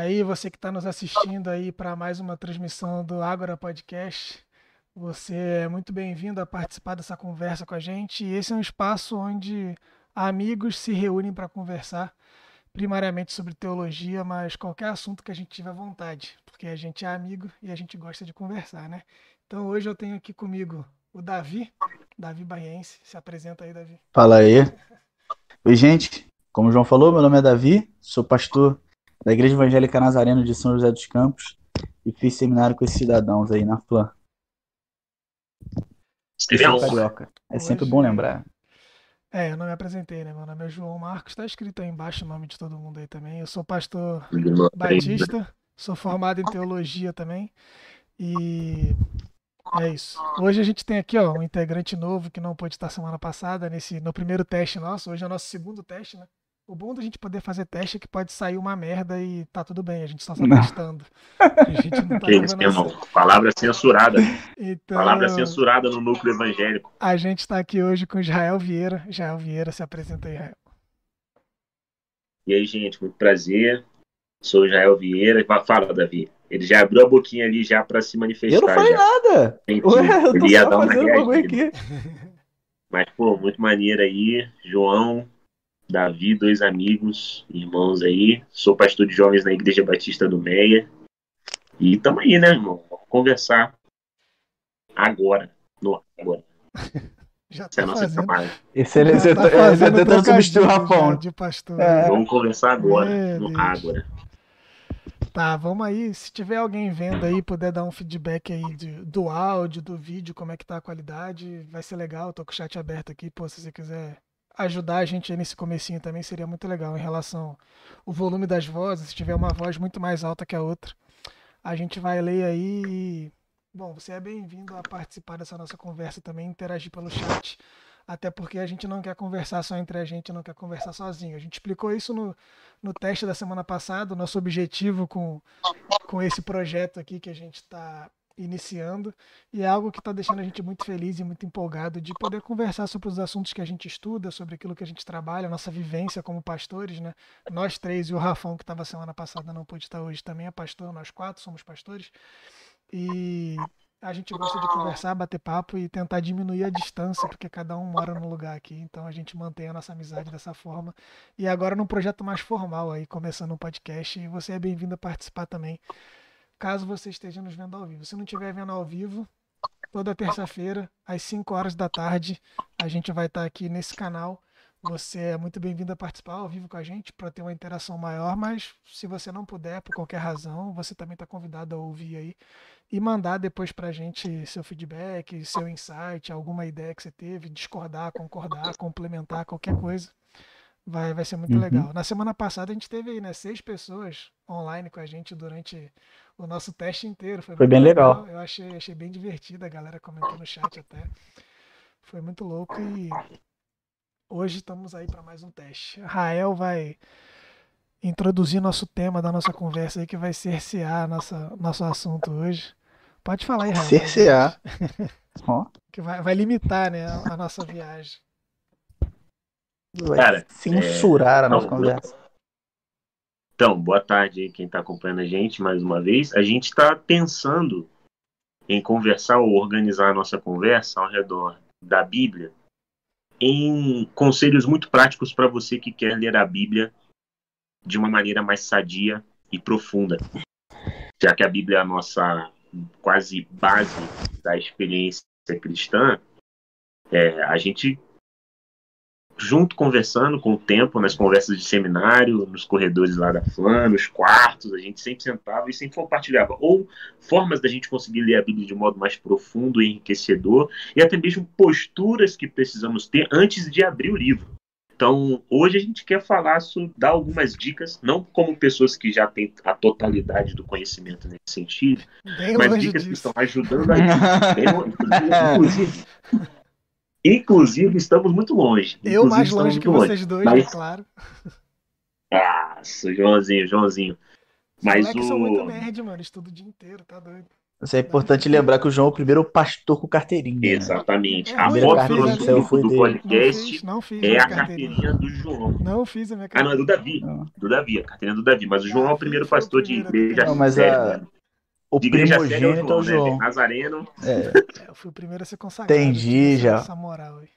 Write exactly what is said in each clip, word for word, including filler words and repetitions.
aí, você que está nos assistindo aí para mais uma transmissão do Ágora Podcast, você é muito bem-vindo a participar dessa conversa com a gente. E esse é um espaço onde amigos se reúnem para conversar, primariamente sobre teologia, mas qualquer assunto que a gente tiver vontade, porque a gente é amigo e a gente gosta de conversar, né? Então hoje eu tenho aqui comigo o Davi, Davi Baiense. Se apresenta aí, Davi. Fala aí. Oi, gente. Como o João falou, meu nome é Davi, sou pastor da Igreja Evangélica Nazareno de São José dos Campos e fiz seminário com esses cidadãos aí na Flam. Eu sou carioca. É sempre bom Hoje, lembrar. é, eu não me apresentei, né? Meu nome é João Marcos, está escrito aí embaixo o nome de todo mundo aí também. Eu sou pastor batista, sou formado em teologia também e é isso. Hoje a gente tem aqui, ó, um integrante novo que não pôde estar semana passada nesse no primeiro teste nosso. Hoje é o nosso segundo teste, né? O bom da gente poder fazer teste é que pode sair uma merda e tá tudo bem, a gente só tá Não. testando. A gente não tá Que isso, levando meu a irmão? sério. Palavra censurada. Palavra Então, censurada no núcleo evangélico. a gente tá aqui hoje com Israel Vieira. Israel Vieira, se apresenta aí, Israel. E aí, gente, muito prazer. Sou o Israel Vieira. Fala, Davi. Ele já abriu a boquinha ali já para se manifestar. Eu não falei já. nada. Gente, Ué, eu tô ele ia só dar uma fazendo bagulho reagida. aqui. Mas, pô, muito maneiro aí. João, Davi, dois amigos, irmãos aí. Sou pastor de jovens na Igreja Batista do Meia. E tamo aí, né, irmão? Vamos conversar agora. No agora. Já Essa é tá a nossa fazendo, chamada. Esse ele, já você tá tá, é, você fazendo tá tentando substituir o trocadilho já Rafão. de pastor. É. Vamos conversar agora, Meu no Deus. Ágora. Tá, vamos aí. Se tiver alguém vendo aí, puder dar um feedback aí de, do áudio, do vídeo, como é que tá a qualidade, vai ser legal. Eu tô com o chat aberto aqui, pô, se você quiser ajudar a gente aí nesse comecinho também, seria muito legal em relação ao volume das vozes. Se tiver uma voz muito mais alta que a outra, a gente vai ler aí e... Bom, você é bem-vindo a participar dessa nossa conversa também, interagir pelo chat, até porque a gente não quer conversar só entre a gente, não quer conversar sozinho. A gente explicou isso no, no teste da semana passada, o nosso objetivo com, com esse projeto aqui que a gente está iniciando, e é algo que está deixando a gente muito feliz e muito empolgado de poder conversar sobre os assuntos que a gente estuda, sobre aquilo que a gente trabalha, a nossa vivência como pastores, né? Nós três e o Rafão, que estava semana passada, não pôde estar hoje, também é pastor, nós quatro somos pastores. E a gente gosta de conversar, bater papo e tentar diminuir a distância, porque cada um mora num lugar aqui, então a gente mantém a nossa amizade dessa forma. E agora num projeto mais formal aí, começando um podcast, e você é bem-vindo a participar também, caso você esteja nos vendo ao vivo. Se não estiver vendo ao vivo, toda terça-feira, às cinco horas da tarde, a gente vai estar aqui nesse canal. Você é muito bem-vindo a participar ao vivo com a gente para ter uma interação maior, mas se você não puder, por qualquer razão, você também está convidado a ouvir aí e mandar depois para a gente seu feedback, seu insight, alguma ideia que você teve, discordar, concordar, complementar, qualquer coisa. Vai, vai ser muito Uhum. legal. Na semana passada a gente teve aí, né, seis pessoas online com a gente durante o nosso teste inteiro. Foi, Foi muito bem legal. legal. Eu achei, achei bem divertido, a galera comentou no chat até. Foi muito louco e hoje estamos aí para mais um teste. Rael vai introduzir nosso tema da nossa conversa aí, que vai cercear nossa, nosso assunto hoje. Pode falar aí, Rael, pra Cercear. gente. Ó, Que vai, vai limitar, né, a nossa viagem. vai Cara, censurar é... a nossa Não, conversa. Então, boa tarde aí quem está acompanhando a gente mais uma vez. A gente está pensando em conversar ou organizar a nossa conversa ao redor da Bíblia em conselhos muito práticos para você que quer ler a Bíblia de uma maneira mais sadia e profunda. Já que a Bíblia é a nossa quase base da experiência cristã, é, a gente junto conversando com o tempo, nas conversas de seminário, nos corredores lá da Flam, nos quartos, a gente sempre sentava e sempre compartilhava ou formas da gente conseguir ler a Bíblia de modo mais profundo e enriquecedor, e até mesmo posturas que precisamos ter antes de abrir o livro. Então, hoje a gente quer falar sobre, dar algumas dicas, não como pessoas que já têm a totalidade do conhecimento nesse sentido, Bem mas longe dicas que disso. estão ajudando a gente. Bem, inclusive, Inclusive, estamos muito longe. Eu mais Inclusive, estamos longe que muito longe. vocês dois, né, Mas, claro. ah, Joãozinho, Joãozinho. Os Mas moleques são muito o. nerd, mano. Estudo o dia inteiro, tá doido. Isso é importante lembrar que o João é o primeiro pastor com carteirinha, né? Exatamente. É A ruim, Primeira não foto fiz no carteirinha a que saiu grupo foi do dele. Não podcast fiz, não fiz a é minha a carteirinha. carteirinha do João. Não fiz a minha Ah, não, é do carteirinha. Davi. Não, Do Davi, a carteirinha do Davi. Mas o João é o Davi primeiro foi o pastor de primeiro a ter igreja não, carteirinha. mas sério, a, né? o De igreja séria é o primogênito é o João, né, velho? João. Nazareno. É, É, eu fui o primeiro a ser consagrado, eu tive entendi essa, já. essa moral aí.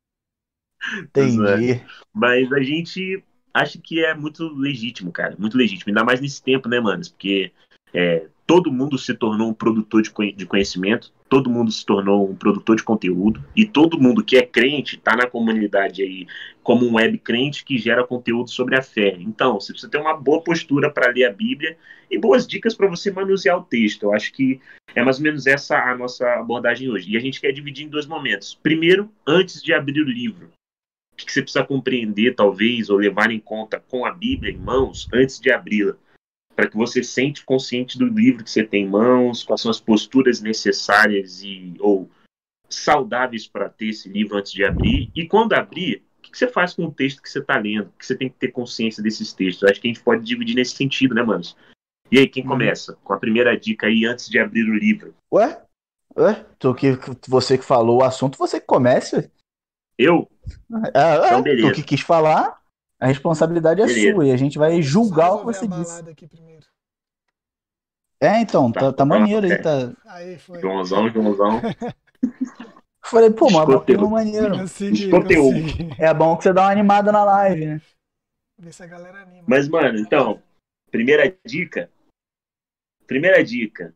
Zé. Entendi. Mas a gente acha que é muito legítimo, cara. Muito legítimo. Ainda mais nesse tempo, né, manos? Porque é, todo mundo se tornou um produtor de conhe- de conhecimento, todo mundo se tornou um produtor de conteúdo, e todo mundo que é crente tá na comunidade aí como um web crente que gera conteúdo sobre a fé. Então, se você tem uma boa postura para ler a Bíblia e boas dicas para você manusear o texto, eu acho que é mais ou menos essa a nossa abordagem hoje. E a gente quer dividir em dois momentos. Primeiro, antes de abrir o livro, o que você precisa compreender, talvez, ou levar em conta com a Bíblia em mãos antes de abri-la, para que você sente consciente do livro que você tem em mãos, quais são as posturas necessárias e ou saudáveis para ter esse livro antes de abrir. E quando abrir, o que você faz com o texto que você está lendo? Que você tem que ter consciência desses textos. Acho que a gente pode dividir nesse sentido, né, manos? E aí, quem Uhum. começa com a primeira dica aí antes de abrir o livro? Ué? Ué? Tu que, você que falou o assunto, você que comece. Eu? Ah, Então, é, tu beleza. que quis falar, a responsabilidade é Beleza. sua e a gente vai Deixa eu só julgar o que resolver você a disse. balada aqui primeiro. É, então, tá, Tá, tá vai lá, maneiro aí, é. tá. Aí, foi. Joãozão, Joãozão. Falei, pô, mas o clima Escoteu. maneiro. Consegui, Escoteu. consegui. É bom que você dá uma animada na live, né? Ver se a galera anima. Mas, mano, então, primeira dica. Primeira dica.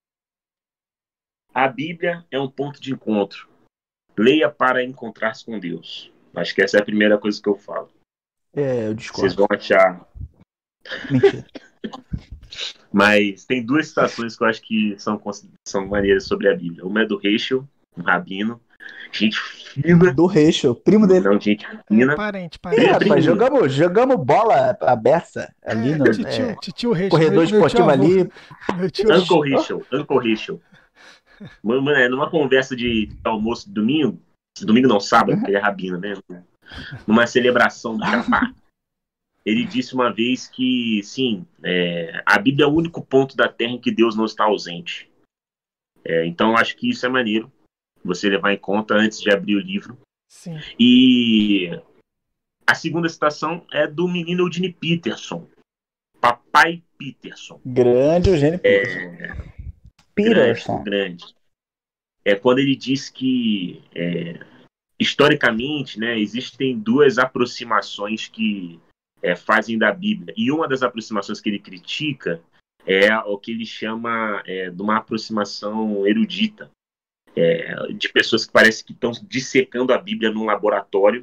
A Bíblia é um ponto de encontro. Leia para encontrar-se com Deus. Acho que essa é a primeira coisa que eu falo. É, eu Vocês discordo. vão achar. Mentira. Mas tem duas citações que eu acho que são, são maneiras sobre a Bíblia. Uma é do Heschel, um rabino. Gente fina. Do Rachel, primo dele. Não, gente É, fina. parente, Ih, parente. rapaz, jogamos, jogamos bola aberta ali É, no titio, é, titio Reis, corredor meu, meu tio esportivo avô. ali. Meu tio avô. Uncle Heschel. Uncle Heschel. Mano, é numa conversa de almoço de domingo. Domingo não, sábado, porque ele é rabino, né? Numa celebração do Shabbat. Ele disse uma vez que, sim, é, a Bíblia é o único ponto da Terra em que Deus não está ausente. É, então, acho que isso é maneiro, você levar em conta antes de abrir o livro. Sim. E a segunda citação é do menino Eugene Peterson, Papai Peterson. Grande Eugênio Peterson. É, Peterson. grande, grande. É quando ele diz que, é, historicamente, né, existem duas aproximações que É, fazem da Bíblia. E uma das aproximações que ele critica é o que ele chama é, de uma aproximação erudita, é, de pessoas que parece que estão dissecando a Bíblia num laboratório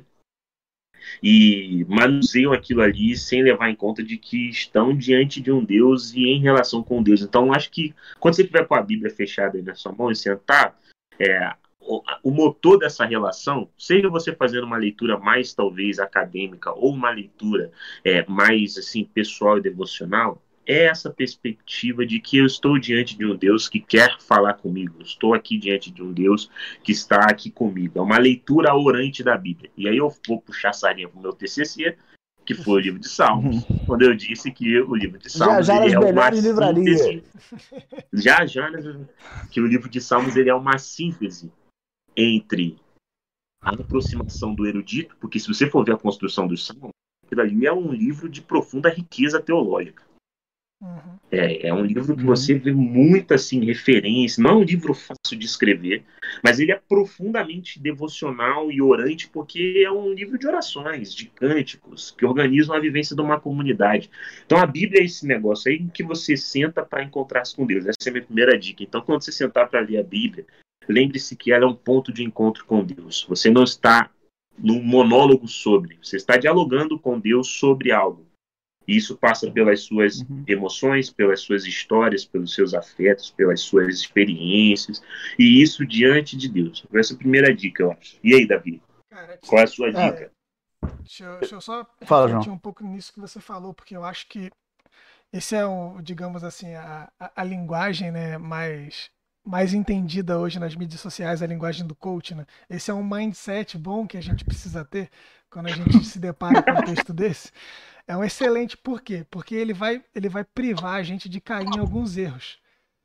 e manuseiam aquilo ali sem levar em conta de que estão diante de um Deus e em relação com Deus. Então, acho que quando você estiver com a Bíblia fechada aí na sua mão e sentar, é, o, o motor dessa relação, seja você fazendo uma leitura mais, talvez, acadêmica ou uma leitura é, mais, assim, pessoal e devocional, é essa perspectiva de que eu estou diante de um Deus que quer falar comigo, estou aqui diante de um Deus que está aqui comigo. É uma leitura orante da Bíblia. E aí eu vou puxar a sardinha para o meu T C C, que foi o livro de Salmos, quando eu disse que o livro de Salmos Já já ele nas é uma melhores livrarias. síntese, já já né, que o livro de Salmos ele é uma síntese entre a aproximação do erudito, porque se você for ver a construção dos Salmos, aquilo ali é um livro de profunda riqueza teológica. Uhum. É, é um livro que você vê muita assim, referência, não é um livro fácil de escrever, mas ele é profundamente devocional e orante, porque é um livro de orações, de cânticos, que organizam a vivência de uma comunidade. Então a Bíblia é esse negócio aí em que você senta para encontrar-se com Deus. Essa é a minha primeira dica. Então quando você sentar para ler a Bíblia, lembre-se que ela é um ponto de encontro com Deus. Você não está num monólogo sobre, você está dialogando com Deus sobre algo. E isso passa pelas suas uhum. emoções, pelas suas histórias, pelos seus afetos, pelas suas experiências. E isso diante de Deus. Essa é a primeira dica, eu acho. E aí, Davi? Cara, qual é a sua é, dica? Deixa eu, deixa eu só Fala, refletir João. um pouco nisso que você falou, porque eu acho que esse é, o, digamos assim, a, a, a linguagem, né, mais, mais entendida hoje nas mídias sociais, a linguagem do coach, né? Esse é um mindset bom que a gente precisa ter quando a gente se depara com um texto desse. É um excelente, por quê? Porque ele vai, ele vai privar a gente de cair em alguns erros.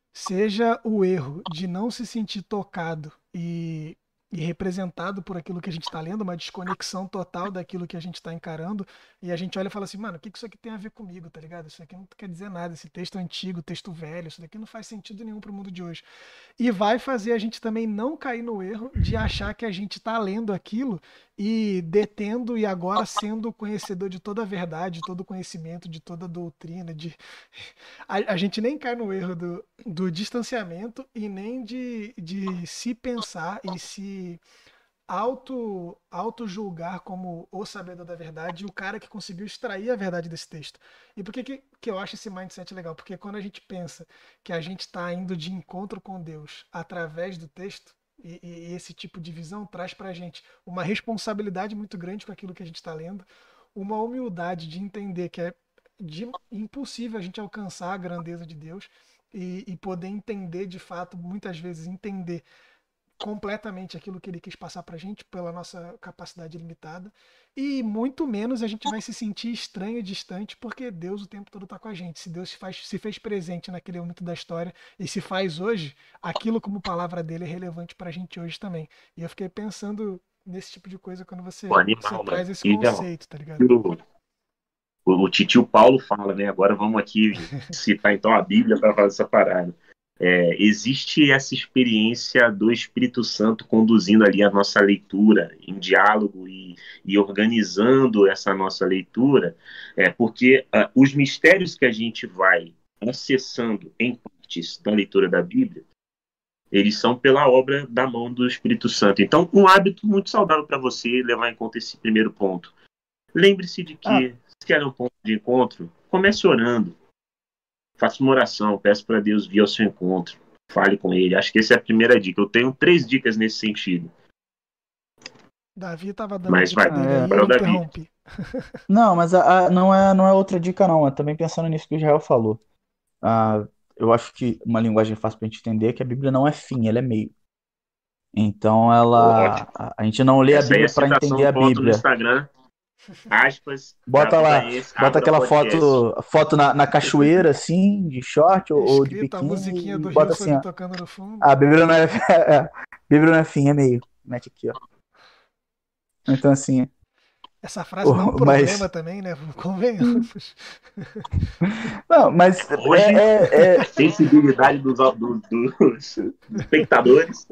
seja o erro de não se sentir tocado e, e representado por aquilo que a gente está lendo, uma desconexão total daquilo que a gente está encarando, e a gente olha e fala assim, mano, o que que isso aqui tem a ver comigo, tá ligado? Isso aqui não quer dizer nada, esse texto é antigo, texto velho, isso daqui não faz sentido nenhum para o mundo de hoje. E vai fazer a gente também não cair no erro de achar que a gente está lendo aquilo e detendo e agora sendo conhecedor de toda a verdade, de todo o conhecimento, de toda a doutrina, de a, a gente nem cai no erro do, do distanciamento e nem de, de se pensar e se auto, auto julgar como o sabedor da verdade e o cara que conseguiu extrair a verdade desse texto. E por que, que, que eu acho esse mindset legal? Porque quando a gente pensa que a gente está indo de encontro com Deus através do texto, e, e esse tipo de visão traz para a gente uma responsabilidade muito grande com aquilo que a gente está lendo, uma humildade de entender que é de, impossível a gente alcançar a grandeza de Deus e, e poder entender de fato, muitas vezes entender completamente aquilo que ele quis passar pra gente pela nossa capacidade limitada e muito menos a gente vai se sentir estranho e distante porque Deus o tempo todo está com a gente. Se Deus se, faz, se fez presente naquele momento da história e se faz hoje, aquilo como palavra dele é relevante pra gente hoje também. E eu fiquei pensando nesse tipo de coisa quando O você, você animal, mano. traz esse E, ó, conceito, tá ligado? o, o, o titio Paulo fala, né? Agora vamos aqui citar então a Bíblia para fazer essa parada. É, existe essa experiência do Espírito Santo conduzindo ali a nossa leitura em diálogo e, e organizando essa nossa leitura, é, porque uh, os mistérios que a gente vai acessando em partes da leitura da Bíblia, eles são pela obra da mão do Espírito Santo. Então, um hábito muito saudável para você levar em conta esse primeiro ponto. Lembre-se de Ah, que, se quer um ponto de encontro, comece orando. Faça uma oração, peça para Deus vir ao seu encontro. Fale com Ele. Acho que essa é a primeira dica. Eu tenho três dicas nesse sentido. Davi estava dando a Mas dica vai, dele é. aí e para eu o Davi. interrompi. Não, mas a, a- não é, não é outra dica, não. É também pensando nisso que o Israel falou. Ah, eu acho que uma linguagem fácil para a gente entender é que a Bíblia não é fim, ela é meio. Então, Oh, ela, ótimo. a, a gente não lê a Essa aí é Bíblia a para citação, entender a boto no Bíblia. Instagram. Aspas, Bota Davi lá, Baense, bota Ágora aquela Podcast. foto, foto na, na cachoeira, assim, de short ou, ou de Escrito a biquíni musiquinha e do bota assim, Hillsong ó. tocando no fundo. A Bíblia não é, é, a Bíblia não é fim, é meio. Mete aqui, ó. Então, assim, Essa frase dá um o- problema mas, também, né? Convenhamos. não, mas Hoje, é, a é, sensibilidade dos, dos, dos espectadores.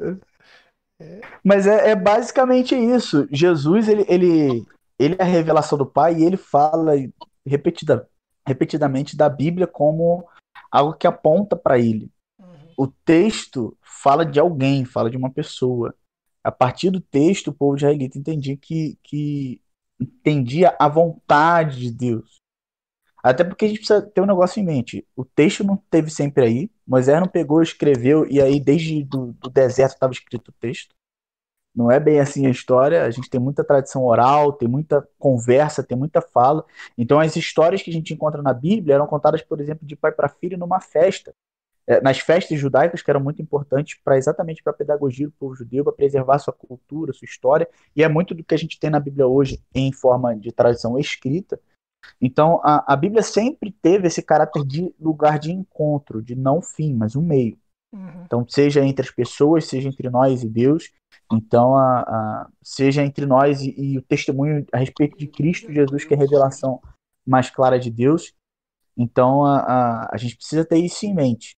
Mas é, é basicamente isso. Jesus, ele, ele, ele é a revelação do Pai e ele fala repetida, repetidamente da Bíblia como algo que aponta para ele. Uhum, O texto fala de alguém, fala de uma pessoa. A partir do texto, o povo israelita entendia que, que entendia a vontade de Deus. Até porque a gente precisa ter um negócio em mente. O texto não teve sempre aí. Moisés não pegou, escreveu, e aí desde do, do deserto estava escrito o texto. Não é bem assim a história. A gente tem muita tradição oral, tem muita conversa, tem muita fala. Então, as histórias que a gente encontra na Bíblia eram contadas, por exemplo, de pai para filho numa festa. É, nas festas judaicas, que eram muito importantes para exatamente para a pedagogia do povo judeu, para preservar sua cultura, sua história. E é muito do que a gente tem na Bíblia hoje em forma de tradição escrita. Então, a, a Bíblia sempre teve esse caráter de lugar de encontro, de não fim, mas um meio. uhum. Então, seja entre as pessoas, seja entre nós e Deus. Então, a, a, seja entre nós e, e o testemunho a respeito de Cristo Jesus, que é a revelação mais clara de Deus. Então, a, a, a gente precisa ter isso em mente.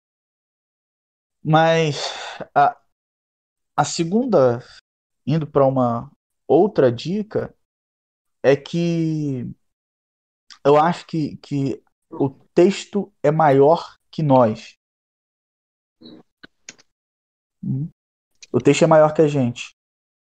Mas a, a segunda, indo para uma outra dica, é que eu acho que, que o texto é maior que nós. O texto é maior que a gente.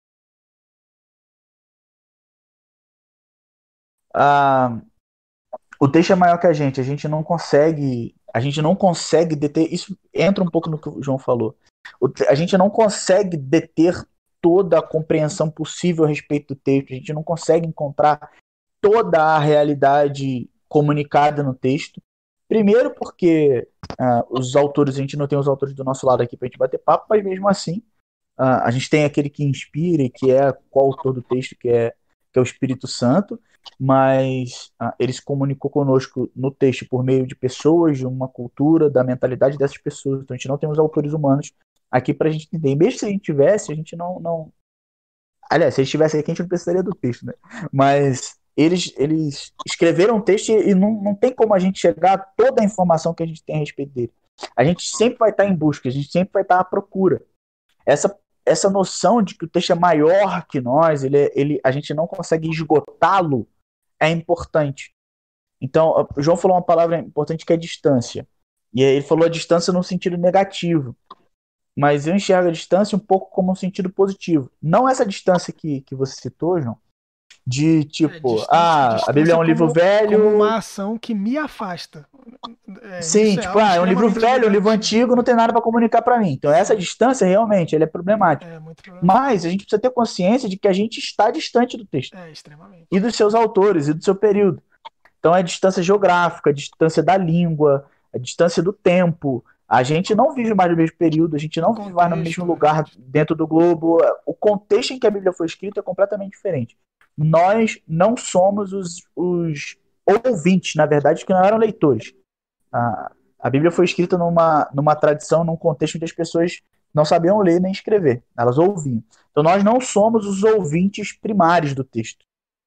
Ah, o texto é maior que a gente, a gente não consegue, a gente não consegue deter, isso entra um pouco no que o João falou. O, a gente não consegue deter toda a compreensão possível a respeito do texto, a gente não consegue encontrar toda a realidade comunicada no texto. Primeiro porque uh, os autores, a gente não tem os autores do nosso lado aqui pra gente bater papo, mas mesmo assim, uh, a gente tem aquele que inspira e que é qual autor do texto, que é, que é o Espírito Santo. mas ah, ele se comunicou conosco no texto por meio de pessoas, de uma cultura, da mentalidade dessas pessoas. Então a gente não tem os autores humanos aqui para a gente entender. E mesmo se a gente tivesse, a gente não, não... Aliás, se eles estivessem aqui, a gente não precisaria do texto, né? Mas eles, eles escreveram um texto e não, não tem como a gente chegar a toda a informação que a gente tem a respeito dele. A gente sempre vai estar em busca, a gente sempre vai estar à procura. Essa, essa noção de que o texto é maior que nós, ele, ele, a gente não consegue esgotá-lo, é importante. Então, o João falou uma palavra importante que é distância. E ele falou a distância no sentido negativo. Mas eu enxergo a distância um pouco como um sentido positivo. Não essa distância que, que você citou, João, de tipo, é, distância, ah, a Bíblia é um como, livro velho. Como uma ação que me afasta. É, Sim, tipo, é ah, é um livro velho, um livro antigo, não tem nada para comunicar para mim. Então, essa distância realmente ele é problemática. É, muito problemática. Mas a gente precisa ter consciência de que a gente está distante do texto. É, extremamente. E dos seus autores, e do seu período. Então, é a distância geográfica, a distância da língua, a distância do tempo. A gente não vive mais no mesmo período, a gente não vive mais no mesmo lugar dentro do globo. O contexto em que a Bíblia foi escrita é completamente diferente. Nós não somos os, os ouvintes, na verdade, que não eram leitores. A, a Bíblia foi escrita numa, numa tradição, num contexto onde as pessoas não sabiam ler nem escrever, elas ouviam. Então nós não somos os ouvintes primários do texto.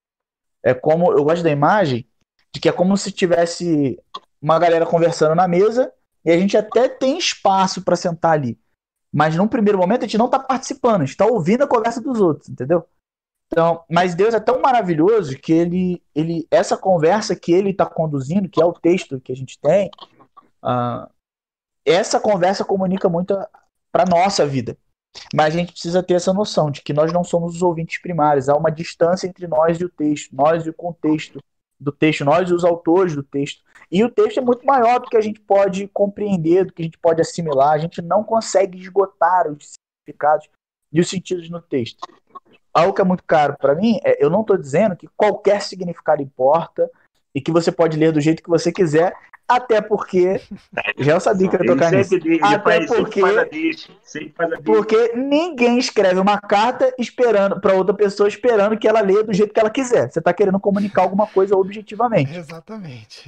É como, eu gosto da imagem de que é como se tivesse uma galera conversando na mesa e a gente até tem espaço para sentar ali. Mas num primeiro momento a gente não está participando, a gente está ouvindo a conversa dos outros, entendeu? Então, mas Deus é tão maravilhoso que ele, ele essa conversa que ele está conduzindo, que é o texto que a gente tem, uh, essa conversa comunica muito para a nossa vida. Mas a gente precisa ter essa noção de que nós não somos os ouvintes primários. Há uma distância entre nós e o texto, nós e o contexto do texto, nós e os autores do texto. E o texto é muito maior do que a gente pode compreender, do que a gente pode assimilar. A gente não consegue esgotar os significados e os sentidos no texto. Algo que é muito caro para mim, é, eu não estou dizendo que qualquer significado importa e que você pode ler do jeito que você quiser, até porque já eu sabia que eu ia tocar nisso. Até porque porque ninguém escreve uma carta esperando para outra pessoa esperando que ela leia do jeito que ela quiser. Você está querendo comunicar alguma coisa objetivamente. Exatamente.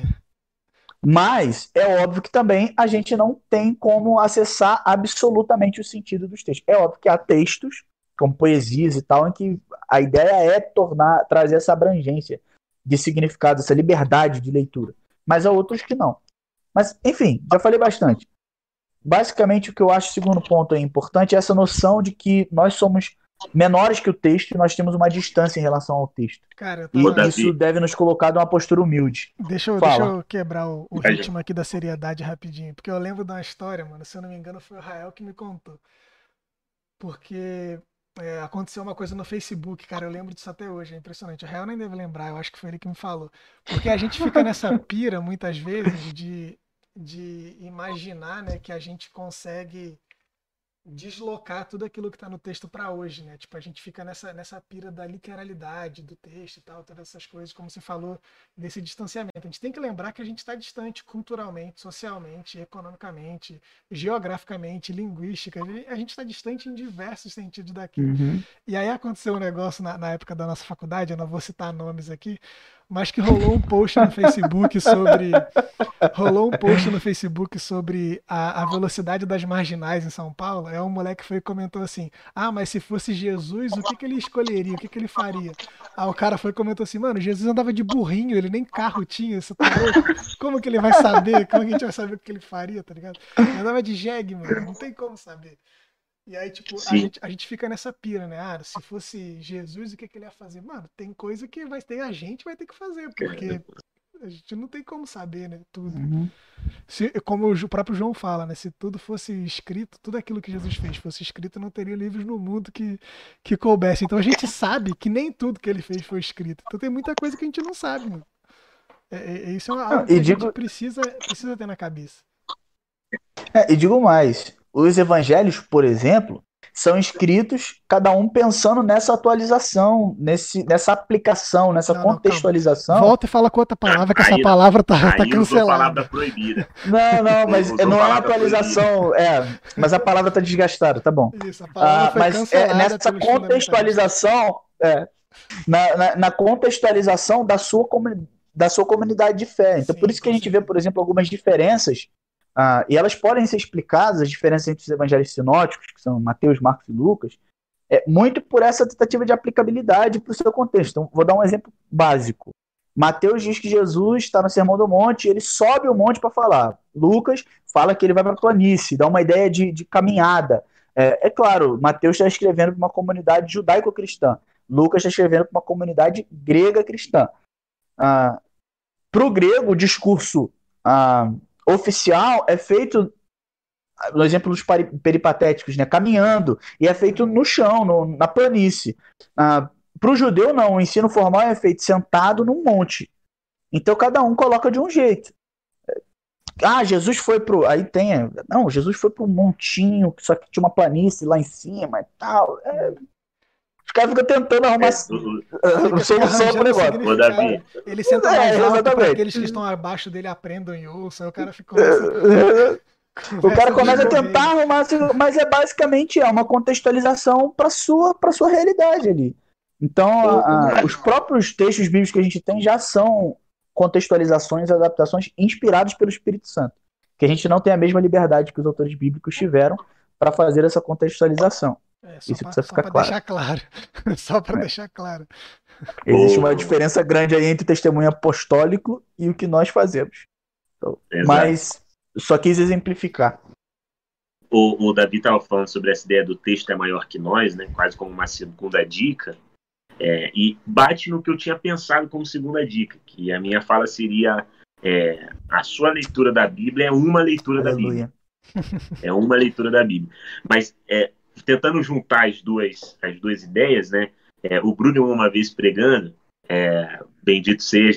Mas é óbvio que também a gente não tem como acessar absolutamente o sentido dos textos. É óbvio que há textos como poesias e tal, em que a ideia é tornar, trazer essa abrangência de significado, essa liberdade de leitura. Mas há outros que não. Mas, enfim, já falei bastante. Basicamente, o que eu acho, o segundo ponto é importante, é essa noção de que nós somos menores que o texto e nós temos uma distância em relação ao texto. Cara, e tava... isso deve nos colocar numa postura humilde. Deixa eu, deixa eu quebrar o, o ritmo aqui da seriedade rapidinho, porque eu lembro de uma história, mano, se eu não me engano foi o Rael que me contou. Porque... É, aconteceu uma coisa no Facebook, cara, eu lembro disso até hoje, é impressionante. O Real nem deve lembrar, eu acho que foi ele que me falou. Porque a gente fica nessa pira, muitas vezes, de, de imaginar, né, que a gente consegue deslocar tudo aquilo que está no texto para hoje, né? Tipo, a gente fica nessa, nessa pira da literalidade do texto e tal, todas essas coisas, como você falou, desse distanciamento. A gente tem que lembrar que a gente está distante culturalmente, socialmente, economicamente, geograficamente, linguística. A gente está distante em diversos sentidos daquilo. Uhum. E aí aconteceu um negócio na, na época da nossa faculdade, eu não vou citar nomes aqui, mas que rolou um post no Facebook sobre rolou um post no Facebook sobre a, a velocidade das marginais em São Paulo. É um moleque que foi e comentou assim: ah, mas se fosse Jesus, o que, que ele escolheria? O que, que ele faria? Aí o cara foi e comentou assim: mano, Jesus andava de burrinho, ele nem carro tinha, você tá louco? Como que ele vai saber? Como que a gente vai saber o que ele faria, tá ligado? Ele andava de jegue, mano, não tem como saber. E aí, tipo, a gente, a gente fica nessa pira, né? Ah, se fosse Jesus, o que, que ele ia fazer? Mano, tem coisa que vai ter, a gente vai ter que fazer, porque a gente não tem como saber, né? Tudo. Uhum. Se, como o próprio João fala, né? Se tudo fosse escrito, tudo aquilo que Jesus fez fosse escrito, não teria livros no mundo que, que coubesse. Então a gente sabe que nem tudo que ele fez foi escrito. Então tem muita coisa que a gente não sabe, mano. É, é, isso é algo que a digo... gente precisa, precisa ter na cabeça. É, e digo mais, os evangelhos, por exemplo, são escritos cada um pensando nessa atualização, nesse, nessa aplicação, nessa não, contextualização. Não, volta e fala com outra palavra, que aí, essa palavra tá, tá cancelada. Palavra proibida. Não, não, mas não é uma atualização, proibida. é, mas a palavra tá desgastada, tá bom. Isso, a palavra ah, foi mas é, nessa contextualização, é, na, na, na contextualização da sua, comuni da sua comunidade de fé. Então, Sim, por isso que a gente vê, por exemplo, algumas diferenças, ah, e elas podem ser explicadas, as diferenças entre os evangelhos sinóticos, que são Mateus, Marcos e Lucas, é muito por essa tentativa de aplicabilidade para o seu contexto. Então, vou dar um exemplo básico. Mateus diz que Jesus está no Sermão do Monte e ele sobe o monte para falar. Lucas fala que ele vai para a planície, dá uma ideia de, de caminhada. É, é claro, Mateus está escrevendo para uma comunidade judaico-cristã. Lucas está escrevendo para uma comunidade grega-cristã. Ah, para o grego, o discurso ah, oficial é feito, no exemplo dos peripatéticos, né, caminhando, e é feito no chão, no, na planície. Ah, para o judeu, não, o ensino formal é feito sentado num monte. Então, cada um coloca de um jeito. Ah, Jesus foi pro... Aí tem... Não, Jesus foi pro montinho, só que tinha uma planície lá em cima e tal. É... Os caras ficam tentando arrumar é, solução pro negócio. Ô, Davi. Ele senta mais é, alto para aqueles que estão abaixo dele aprendam e ouçam. Aí o cara ficou... O cara começa a tentar arrumar, mas é basicamente é uma contextualização para sua, para sua realidade ali. Então, a, a, os próprios textos bíblicos que a gente tem já são contextualizações e adaptações inspirados pelo Espírito Santo. Que a gente não tem a mesma liberdade que os autores bíblicos tiveram para fazer essa contextualização. É, Isso pra, precisa ficar só claro. Deixar claro. Só para é. deixar claro. Existe uma diferença grande aí entre o testemunho apostólico e o que nós fazemos. Então, mas só quis exemplificar. O, o Davi estava falando sobre essa ideia do texto é maior que nós, né? Quase como uma segunda dica. É, e bate no que eu tinha pensado como segunda dica, que a minha fala seria é, a sua leitura da Bíblia é uma leitura Aleluia. da Bíblia. É uma leitura da Bíblia. Mas é, tentando juntar as duas, as duas ideias, né? É, o Bruno uma vez pregando, é, bendito seja,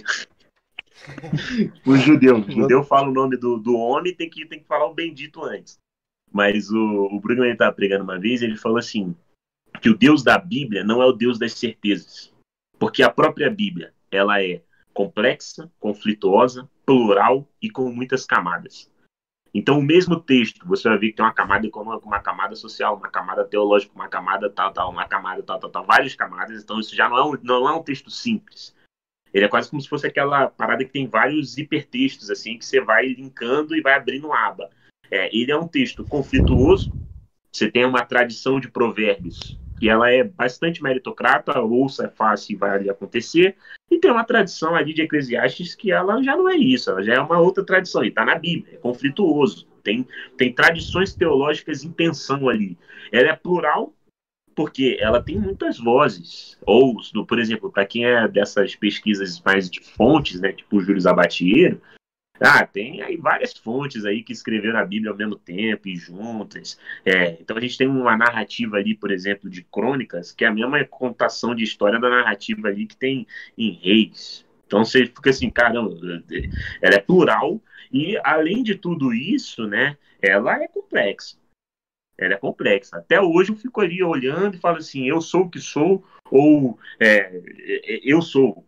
o judeu. O judeu fala o nome do, do homem, tem que, tem que falar o bendito antes. Mas o, o Bruno estava pregando uma vez, ele falou assim, que o Deus da Bíblia não é o Deus das certezas. Porque a própria Bíblia, ela é complexa, conflituosa, plural e com muitas camadas. Então, o mesmo texto, você vai ver que tem uma camada econômica, uma camada social, uma camada teológica, uma camada tal, tal, uma camada tal, tal, tal, várias camadas. Então, isso já não é um, não é um texto simples. Ele é quase como se fosse aquela parada que tem vários hipertextos, assim, que você vai linkando e vai abrindo aba. É, ele é um texto conflituoso. Você tem uma tradição de provérbios que ela é bastante meritocrata, ouça é fácil e vai ali acontecer, e tem uma tradição ali de Eclesiastes que ela já não é isso, ela já é uma outra tradição, e está na Bíblia, é conflituoso, tem, tem tradições teológicas em tensão ali. Ela é plural porque ela tem muitas vozes, ou, por exemplo, para quem é dessas pesquisas mais de fontes, né, tipo o Júlio Zabatiero, Ah, tem aí várias fontes aí que escreveram a Bíblia ao mesmo tempo e juntas. É, então a gente tem uma narrativa ali, por exemplo, de crônicas, que é a mesma contação de história da narrativa ali que tem em Reis. Então você fica assim, caramba, ela é plural e, além de tudo isso, né, ela é complexa. Ela é complexa. Até hoje eu fico ali olhando e falo assim, eu sou o que sou, ou é, eu sou.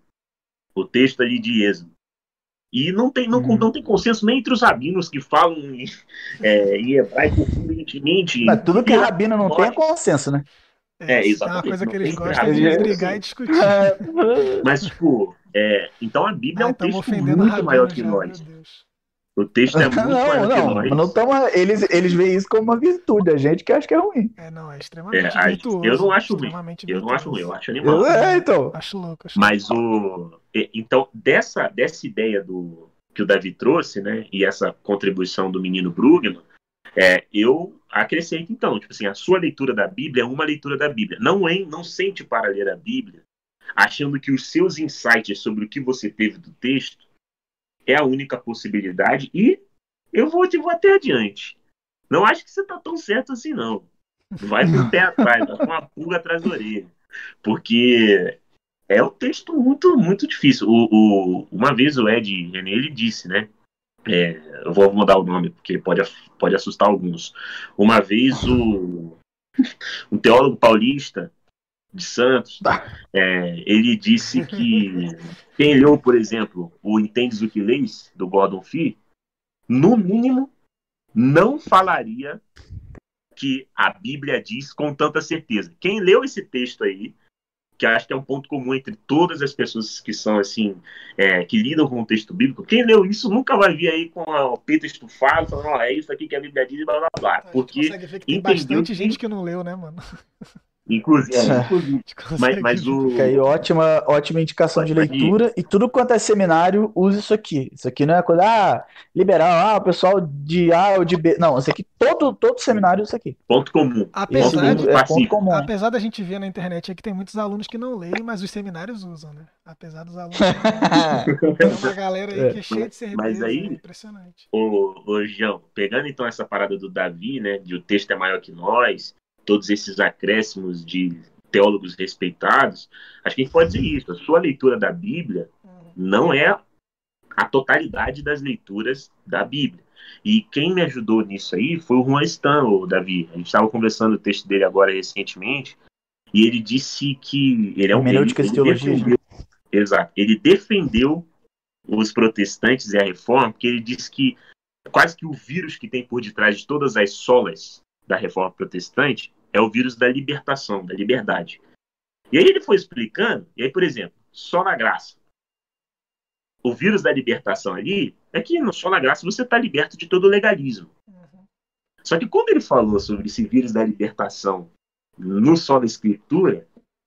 O texto ali de Êxodo. E não tem, não, uhum. não tem consenso nem entre os rabinos que falam em, é, em hebraico fluentemente. Mas tudo que rabino não tem é consenso, né? É, exatamente. É uma coisa que eles gostam de brigar e discutir. Mas, tipo, é, então a Bíblia ah, é um texto muito maior que já, nós. O texto é muito não, maior não, que nós. Não tamo, eles, eles veem isso como uma virtude, a gente que acha que é ruim. É, não, é extremamente é, virtuoso. Eu não acho ruim. Eu não acho ruim, eu acho animal. É, então. Acho louco, acho Mas louco. o... Então, dessa, dessa ideia do, que o Davi trouxe, né, e essa contribuição do menino Brugman, é, eu acrescento, então, tipo assim, a sua leitura da Bíblia é uma leitura da Bíblia. Não, é, não sente para ler a Bíblia achando que os seus insights sobre o que você teve do texto é a única possibilidade e eu vou, eu vou até adiante. Não acho que você tá tão certo assim, não. Vai com o pé atrás, vai com uma pulga atrás da orelha. Porque é um texto muito, muito difícil. O, o, uma vez o Ed René, ele disse, né? É, eu vou mudar o nome, porque pode, pode assustar alguns. Uma vez o um teólogo paulista de Santos, é, ele disse que quem leu, por exemplo, o Entendes o que Lês, do Gordon Fee, no mínimo, não falaria que a Bíblia diz com tanta certeza. Quem leu esse texto aí que acho que é um ponto comum entre todas as pessoas que são assim, é, que lidam com o texto bíblico. Quem leu isso nunca vai vir aí com a- o peito estufado, falando, ó, é isso aqui que a Bíblia diz, e blá blá blá. A gente Porque consegue ver que tem entendeu bastante gente que, que não leu, né, mano? inclusive, É. A inclusive gente mas, consegue mas ver. Fica aí, o. ótima, ótima indicação de Ótima leitura. E tudo quanto é seminário, usa isso aqui. Isso aqui não é coisa, ah, liberal, ah, o pessoal de A ou de B. Não, isso aqui, todo, todo seminário usa isso aqui. Ponto comum. Ponto Esse Apesar comum de, livro é ponto pacífico. comum. apesar da gente ver na internet aí que tem muitos alunos que não leem, mas os seminários usam, né? Apesar dos alunos que não. Tem uma galera aí que é cheia de Mas, mas certeza, é aí, impressionante. ô, ô, João, pegando então essa parada do Davi, né, de o texto é maior que nós, todos esses acréscimos de teólogos respeitados, acho que a gente pode dizer isso. A sua leitura da Bíblia Uhum. não é a totalidade das leituras da Bíblia. E quem me ajudou nisso aí foi o Juan Stan, o Davi. A gente estava conversando o texto dele agora recentemente, e ele disse que ele é um ele, Hermenêuticas e ele teologias, defendeu, exato, ele defendeu os protestantes e a reforma, porque ele disse que quase que o vírus que tem por detrás de todas as solas da reforma protestante é o vírus da libertação, da liberdade. E aí ele foi explicando, e aí, por exemplo, só na graça. O vírus da libertação ali é que no só na graça você está liberto de todo o legalismo. Uhum. Só que quando ele falou sobre esse vírus da libertação no só da escritura,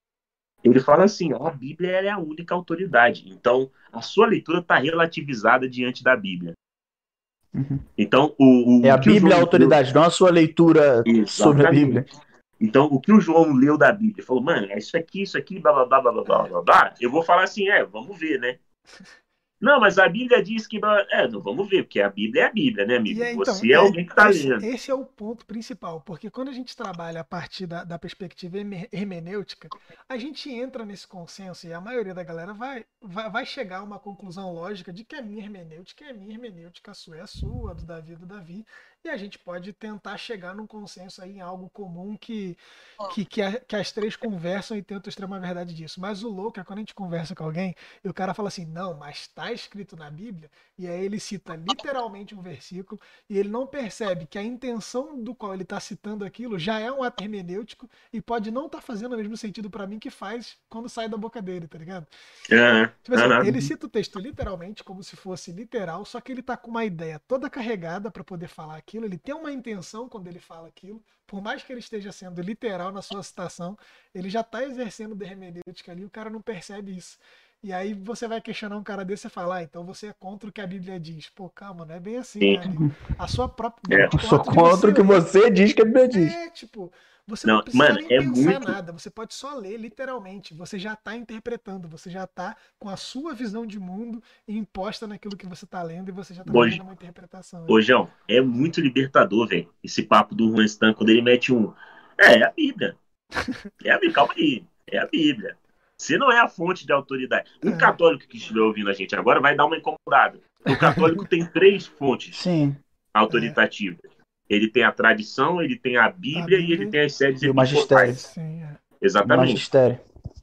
ele fala assim, ó, a Bíblia ela é a única autoridade. Então, a sua leitura está relativizada diante da Bíblia. Uhum. Então, o, o É a que o Bíblia a João autoridade, leu... não a sua leitura sobre a Exatamente. Bíblia. Então, o que o João leu da Bíblia, falou, mano, é isso aqui, isso aqui, blá, blá, blá, blá, blá, blá, blá, eu vou falar assim, é, vamos ver, né? Não, mas a Bíblia diz que... É, não, vamos ver, porque a Bíblia é a Bíblia, né, amigo? E é, então, Você é é, alguém que está esse, lendo. esse é o ponto principal, porque quando a gente trabalha a partir da, da perspectiva hermenêutica, a gente entra nesse consenso e a maioria da galera vai, vai, vai chegar a uma conclusão lógica de que a minha hermenêutica é a minha hermenêutica, a sua é a sua, a do Davi é do Davi, e a gente pode tentar chegar num consenso aí em algo comum que, que, que, a, que as três conversam e tentam extremar a verdade disso. Mas o louco é quando a gente conversa com alguém e o cara fala assim, não, mas está escrito na Bíblia, e aí ele cita literalmente um versículo e ele não percebe que a intenção do qual ele está citando aquilo já é um ato hermenêutico e pode não estar tá fazendo o mesmo sentido para mim que faz quando sai da boca dele, tá ligado? Uhum. Tipo assim, Uhum. ele cita o texto literalmente como se fosse literal, só que ele tá com uma ideia toda carregada para poder falar aquilo, ele tem uma intenção quando ele fala aquilo, por mais que ele esteja sendo literal na sua citação, ele já tá exercendo de hermenêutica ali, o cara não percebe isso. E aí você vai questionar um cara desse e falar, ah, então você é contra o que a Bíblia diz. Pô, calma, não é bem assim, Sim. né, amigo? A sua própria... É. Eu sou contra o que você diz que a Bíblia diz. É, tipo, você Não, não precisa mano, nem é pensar muito- nada, você pode só ler literalmente. Você já tá interpretando, você já tá com a sua visão de mundo imposta naquilo que você tá lendo e você já tá Hoje- fazendo uma interpretação. né? Ô, João, é muito libertador, velho. Esse papo do Juan Stan, quando ele mete um. É, é a Bíblia. É a Bíblia, calma aí. É a Bíblia. Você não é a fonte de autoridade. Um É. católico que estiver ouvindo a gente agora vai dar uma incomodada. O católico tem três fontes Sim. autoritativas. Ele tem a tradição, ele tem a Bíblia, A Bíblia e ele tem as séries E o magistério. episcopais. Sim, é. Exatamente. Magistério.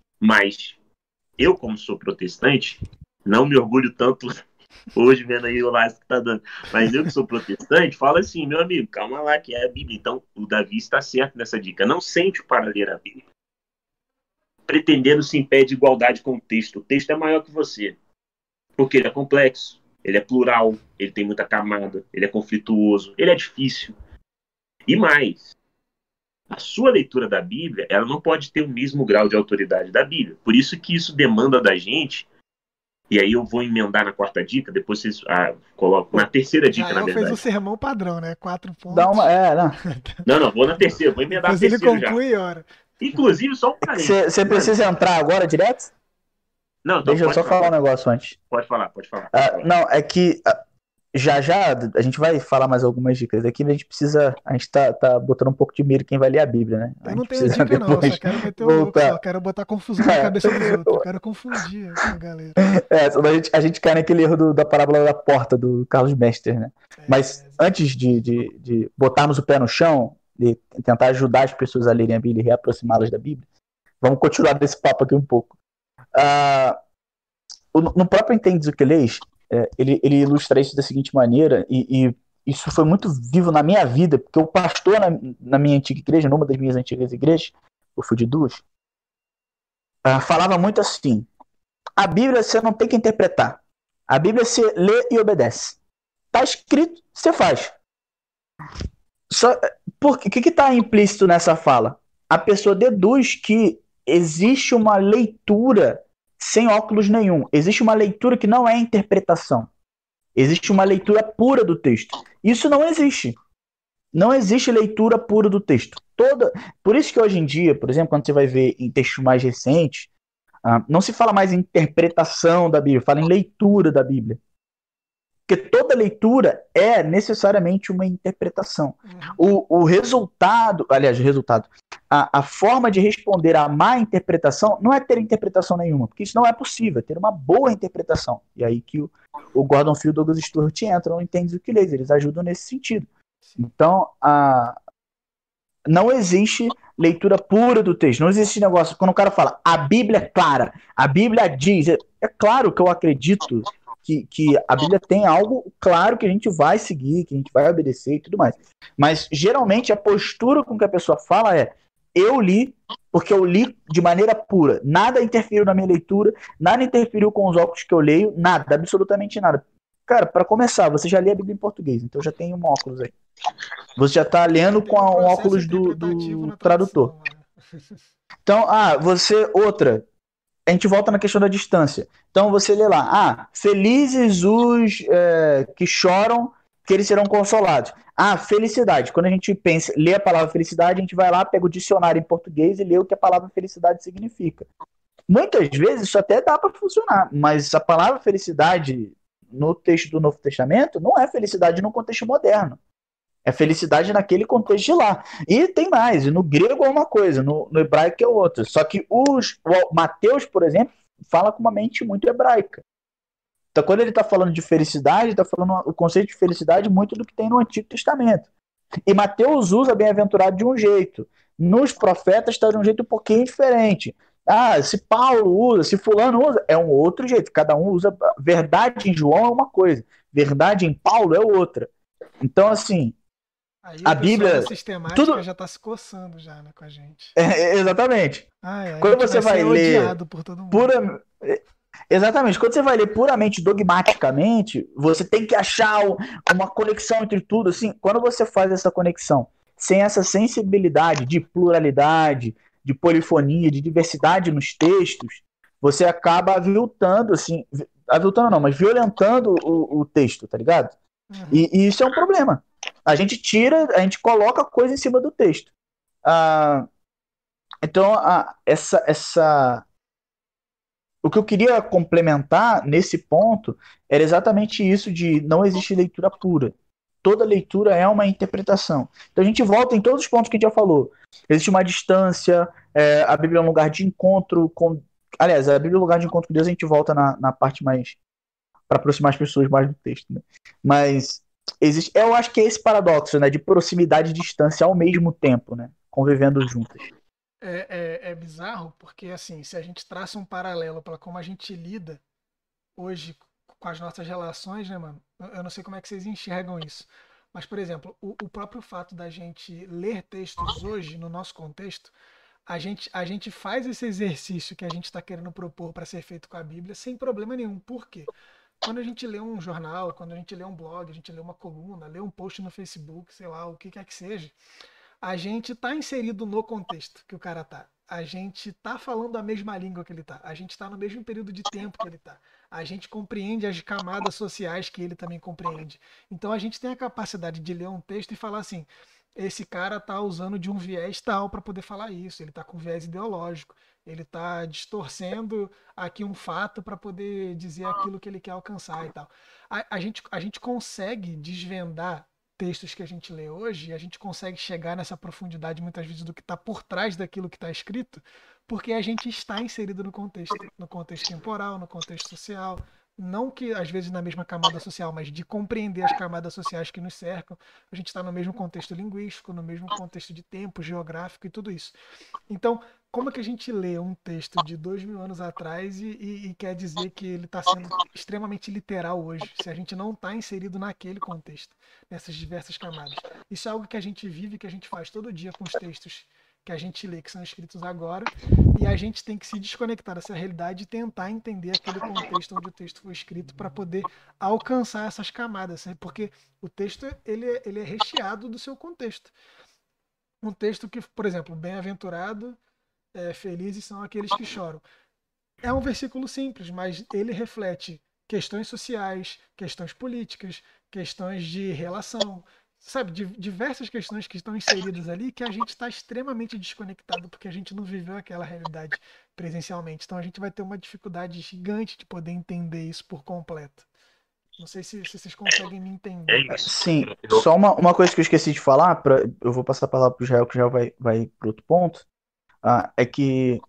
Mas eu, como sou protestante, não me orgulho tanto hoje vendo aí o laço que tá dando. Mas eu que sou protestante, falo assim, meu amigo, calma lá, que é a Bíblia. Então, o Davi está certo nessa dica. Não sente para ler a Bíblia. Pretendendo se impede igualdade com o texto. O texto é maior que você. Porque ele é complexo, ele é plural, ele tem muita camada, ele é conflituoso, ele é difícil. E mais, a sua leitura da Bíblia, ela não pode ter o mesmo grau de autoridade da Bíblia. Por isso que isso demanda da gente, e aí eu vou emendar na quarta dica, depois vocês ah, colocam na terceira dica, na Jael fez verdade. o sermão padrão, né? Quatro pontos. Dá uma. É, não. Não, não, vou na terceira, vou emendar a Depois ele terceira já. conclui e ora. Inclusive, só um parênteses. Você precisa entrar agora direto? Não, então Deixa eu pode só falar, falar um negócio antes. Pode falar, pode falar. Pode Ah, falar. não, é que ah, já já a gente vai falar mais algumas dicas. Aqui a gente precisa. A gente tá, tá botando um pouco de medo quem vai ler a Bíblia, né? A Eu não gente tenho precisa dica, não. Eu depois só quero meter o louco, voltar. só quero botar confusão na cabeça dos outros. Eu quero confundir a galera. É, senão a gente, a gente cai naquele erro do- da parábola da porta do Carlos Mester, né? Mas É, antes de, de, de botarmos o pé no chão e tentar ajudar as pessoas a lerem a Bíblia e reaproximá-las da Bíblia, vamos continuar desse papo aqui um pouco. Ah, o- no próprio Entendes o que Lês, é, ele, ele ilustra isso da seguinte maneira, e, e isso foi muito vivo na minha vida, porque o pastor na, na minha antiga igreja, numa das minhas antigas igrejas, eu fui de duas, uh, falava muito assim: a Bíblia você não tem que interpretar. A Bíblia você lê e obedece. Tá escrito, você faz. Só, por, o que está implícito nessa fala? A pessoa deduz que existe uma leitura sem óculos nenhum. Existe uma leitura que não é interpretação. Existe uma leitura pura do texto. Isso não existe. Não existe leitura pura do texto. Toda, por isso que hoje em dia, por exemplo, quando você vai ver em textos mais recentes, ah, não se fala mais em interpretação da Bíblia, fala em leitura da Bíblia. Porque toda leitura é necessariamente uma interpretação. Uhum. O, o resultado, aliás, o resultado, a, a forma de responder à má interpretação não é ter interpretação nenhuma, porque isso não é possível, é ter uma boa interpretação. E aí que o, o Gordon Field e o Douglas Stuart entram, entendem o que eles, eles ajudam nesse sentido. Sim. Então, a, não existe leitura pura do texto, não existe negócio, quando o cara fala, a Bíblia é clara, a Bíblia diz, é, é claro que eu acredito que, que a Bíblia tem algo claro que a gente vai seguir, que a gente vai obedecer e tudo mais. Mas, geralmente, a postura com que a pessoa fala é, eu li, porque eu li de maneira pura, nada interferiu na minha leitura, nada interferiu com os óculos que eu leio, nada, absolutamente nada. Cara, para começar, você já lê a Bíblia em português, então já tem um óculos aí. Você já está lendo com um óculos do, do tradutor. Então, ah, você, outra, a gente volta na questão da distância. Então você lê lá, ah, felizes os é, que choram, que eles serão consolados. Ah, felicidade. Quando a gente pensa, lê a palavra felicidade, a gente vai lá, pega o dicionário em português e lê o que a palavra felicidade significa. Muitas vezes isso até dá para funcionar, mas a palavra felicidade no texto do Novo Testamento não é felicidade no contexto moderno. É felicidade naquele contexto de lá. E tem mais, no grego é uma coisa, no, no hebraico é outra. Só que os, o Mateus, por exemplo, fala com uma mente muito hebraica. Então, quando ele está falando de felicidade, ele está falando o conceito de felicidade muito do que tem no Antigo Testamento. E Mateus usa bem-aventurado de um jeito. Nos profetas está de um jeito um pouquinho diferente. Ah, se Paulo usa, se fulano usa, é um outro jeito. Cada um usa. Verdade em João é uma coisa, verdade em Paulo é outra. Então, assim, aí a o Bíblia, da sistemática tudo já está se coçando já, né, com a gente. é, exatamente. Ai, ai, Quando você vai, vai ler por todo mundo. pura, exatamente, quando você vai ler puramente dogmaticamente, você tem que achar uma conexão entre tudo. Assim, quando você faz essa conexão sem essa sensibilidade de pluralidade, de polifonia, de diversidade nos textos, você acaba aviltando, assim, aviltando não, mas violentando o, o texto, tá ligado? Uhum. E, e isso é um problema. A gente tira, a gente coloca coisa em cima do texto. Ah, então, ah, essa, essa... o que eu queria complementar nesse ponto era exatamente isso de não existe leitura pura. Toda leitura é uma interpretação. Então a gente volta em todos os pontos que a gente já falou. Existe uma distância, é, a Bíblia é um lugar de encontro com... Aliás, a Bíblia é um lugar de encontro com Deus, a gente volta na, na parte mais... para aproximar as pessoas mais do texto, né? Mas existe, eu acho que é esse paradoxo, né, de proximidade e distância ao mesmo tempo, né, convivendo juntas. É, é, é bizarro porque, assim, se a gente traça um paralelo para como a gente lida hoje com as nossas relações, né, mano? Eu não sei como é que vocês enxergam isso. Mas, por exemplo, o, o próprio fato da gente ler textos hoje, no nosso contexto, a gente, a gente faz esse exercício que a gente está querendo propor para ser feito com a Bíblia sem problema nenhum. Por quê? Quando a gente lê um jornal, quando a gente lê um blog, a gente lê uma coluna, lê um post no Facebook, sei lá, o que quer que seja, a gente está inserido no contexto que o cara tá. A gente tá falando a mesma língua que ele tá. A gente está no mesmo período de tempo que ele tá. A gente compreende as camadas sociais que ele também compreende. Então a gente tem a capacidade de ler um texto e falar assim: esse cara tá usando de um viés tal para poder falar isso. Ele tá com viés ideológico. Ele tá distorcendo aqui um fato para poder dizer aquilo que ele quer alcançar e tal. A, a, gente, a gente consegue desvendar textos que a gente lê hoje, e a gente consegue chegar nessa profundidade muitas vezes do que está por trás daquilo que está escrito, porque a gente está inserido no contexto, no contexto temporal, no contexto social, não que às vezes na mesma camada social, mas de compreender as camadas sociais que nos cercam. A gente está no mesmo contexto linguístico, no mesmo contexto de tempo, geográfico e tudo isso. Então, como é que a gente lê um texto de dois mil anos atrás e, e, e quer dizer que ele está sendo extremamente literal hoje, se a gente não está inserido naquele contexto, nessas diversas camadas? Isso é algo que a gente vive, que a gente faz todo dia com os textos que a gente lê, que são escritos agora, e a gente tem que se desconectar dessa realidade e tentar entender aquele contexto onde o texto foi escrito para poder alcançar essas camadas, né? Porque o texto ele é, ele é recheado do seu contexto. Um texto que, por exemplo, bem-aventurado, é, felizes são aqueles que choram. É um versículo simples, mas ele reflete questões sociais, questões políticas, questões de relação, sabe, de, diversas questões que estão inseridas ali que a gente está extremamente desconectado porque a gente não viveu aquela realidade presencialmente. Então a gente vai ter uma dificuldade gigante de poder entender isso por completo. Não sei se, se vocês conseguem me entender. É isso. Sim, Eu- só uma, uma coisa que eu esqueci de falar, pra, eu vou passar a palavra para o Israel, que já vai, vai para outro ponto, ah, é que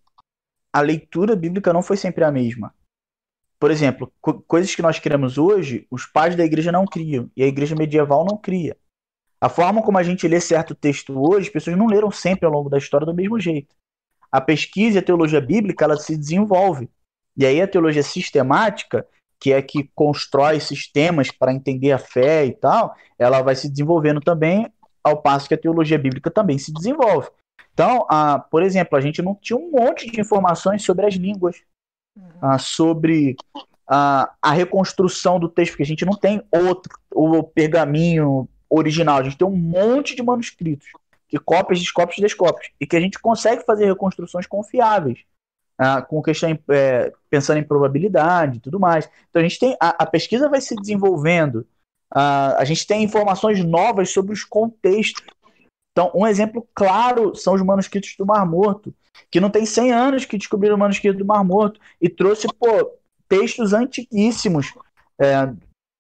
a leitura bíblica não foi sempre a mesma. Por exemplo, co- coisas que nós criamos hoje, os pais da igreja não criam, e a igreja medieval não cria. A forma como a gente lê certo texto hoje, as pessoas não leram sempre ao longo da história do mesmo jeito. A pesquisa e a teologia bíblica, ela se desenvolve. E aí a teologia sistemática, que é que constrói sistemas para entender a fé e tal, ela vai se desenvolvendo também, ao passo que a teologia bíblica também se desenvolve. Então, ah, por exemplo, a gente não tinha um monte de informações sobre as línguas, Uhum. ah, sobre ah, a reconstrução do texto, porque a gente não tem outro, o pergaminho original, a gente tem um monte de manuscritos, que cópias, descópias, descópias, e que a gente consegue fazer reconstruções confiáveis, ah, com questão em- é, pensando em probabilidade e tudo mais. Então a gente tem a, a pesquisa vai se desenvolvendo, ah, a gente tem informações novas sobre os contextos. Então, um exemplo claro são os manuscritos do Mar Morto, que não tem cem anos que descobriram o manuscrito do Mar Morto e trouxe, pô, textos antiguíssimos. É,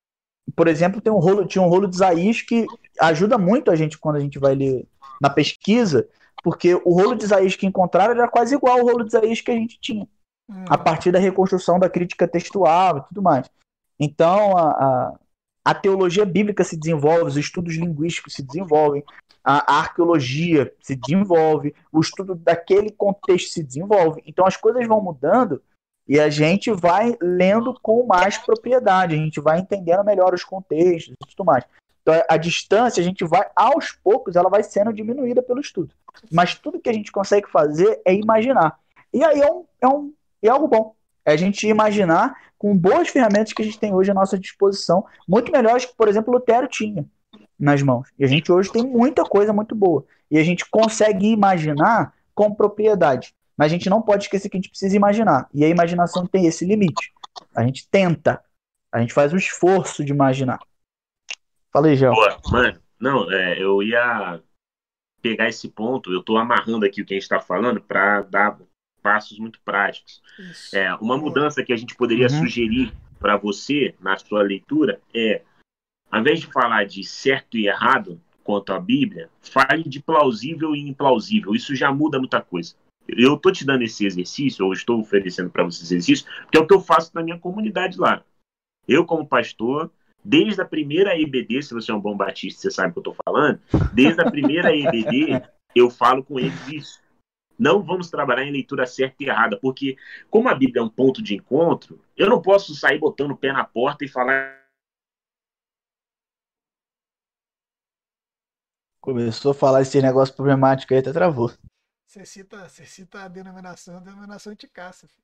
por exemplo, tem um rolo, tinha um rolo de Isaías que ajuda muito a gente quando a gente vai ler na pesquisa, porque o rolo de Isaías que encontraram era quase igual ao rolo de Isaías que a gente tinha, Uhum. a partir da reconstrução da crítica textual e tudo mais. Então, a, a, a teologia bíblica se desenvolve, os estudos linguísticos se desenvolvem, a, a arqueologia se desenvolve, o estudo daquele contexto se desenvolve. Então, as coisas vão mudando e a gente vai lendo com mais propriedade, a gente vai entendendo melhor os contextos e tudo mais. Então, a distância, a gente vai, aos poucos, ela vai sendo diminuída pelo estudo. Mas tudo que a gente consegue fazer é imaginar. E aí é, um, é, um, é algo bom. É a gente imaginar com boas ferramentas que a gente tem hoje à nossa disposição, muito melhores que, por exemplo, Lutero tinha nas mãos. E a gente hoje tem muita coisa muito boa. E a gente consegue imaginar com propriedade. Mas a gente não pode esquecer que a gente precisa imaginar. E a imaginação tem esse limite. A gente tenta. A gente faz o esforço de imaginar. Fala aí, Gel. Boa, mano, não, é, eu ia pegar esse ponto, eu tô amarrando aqui o que a gente tá falando para dar passos muito práticos. Isso. É, uma Boa. mudança que a gente poderia Uhum. sugerir para você na sua leitura é, ao invés de falar de certo e errado quanto à Bíblia, fale de plausível e implausível. Isso já muda muita coisa. Eu tô te dando esse exercício, ou estou oferecendo para você esse exercício, porque é o que eu faço na minha comunidade lá. Eu, como pastor, desde a primeira E B D, se você é um bom batista, você sabe o que eu estou falando, desde a primeira E B D, eu falo com eles isso. Não vamos trabalhar em leitura certa e errada, porque como a Bíblia é um ponto de encontro, eu não posso sair botando o pé na porta e falar... Começou a falar esse negócio problemático aí, até travou. Você cita, você cita a denominação, a denominação te caça. Filho.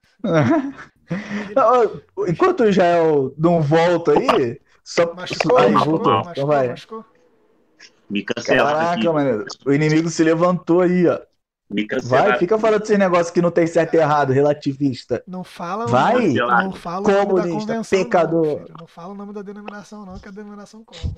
Não, enquanto o Israel não volta aí, só. Machucou, Aí, machucou, voltou. Então machucou, vai. machucou. Me cancelaram aqui. Caraca, mano. O inimigo se levantou aí, ó. Me cancelaram. Vai, fica falando desse negócio que não tem certo e errado, relativista. Não fala, Vai, o nome, Cancelaram. não fala o nome da comunista, convenção, pecador. não, filho. Não fala o nome da denominação, não, que a denominação cobra.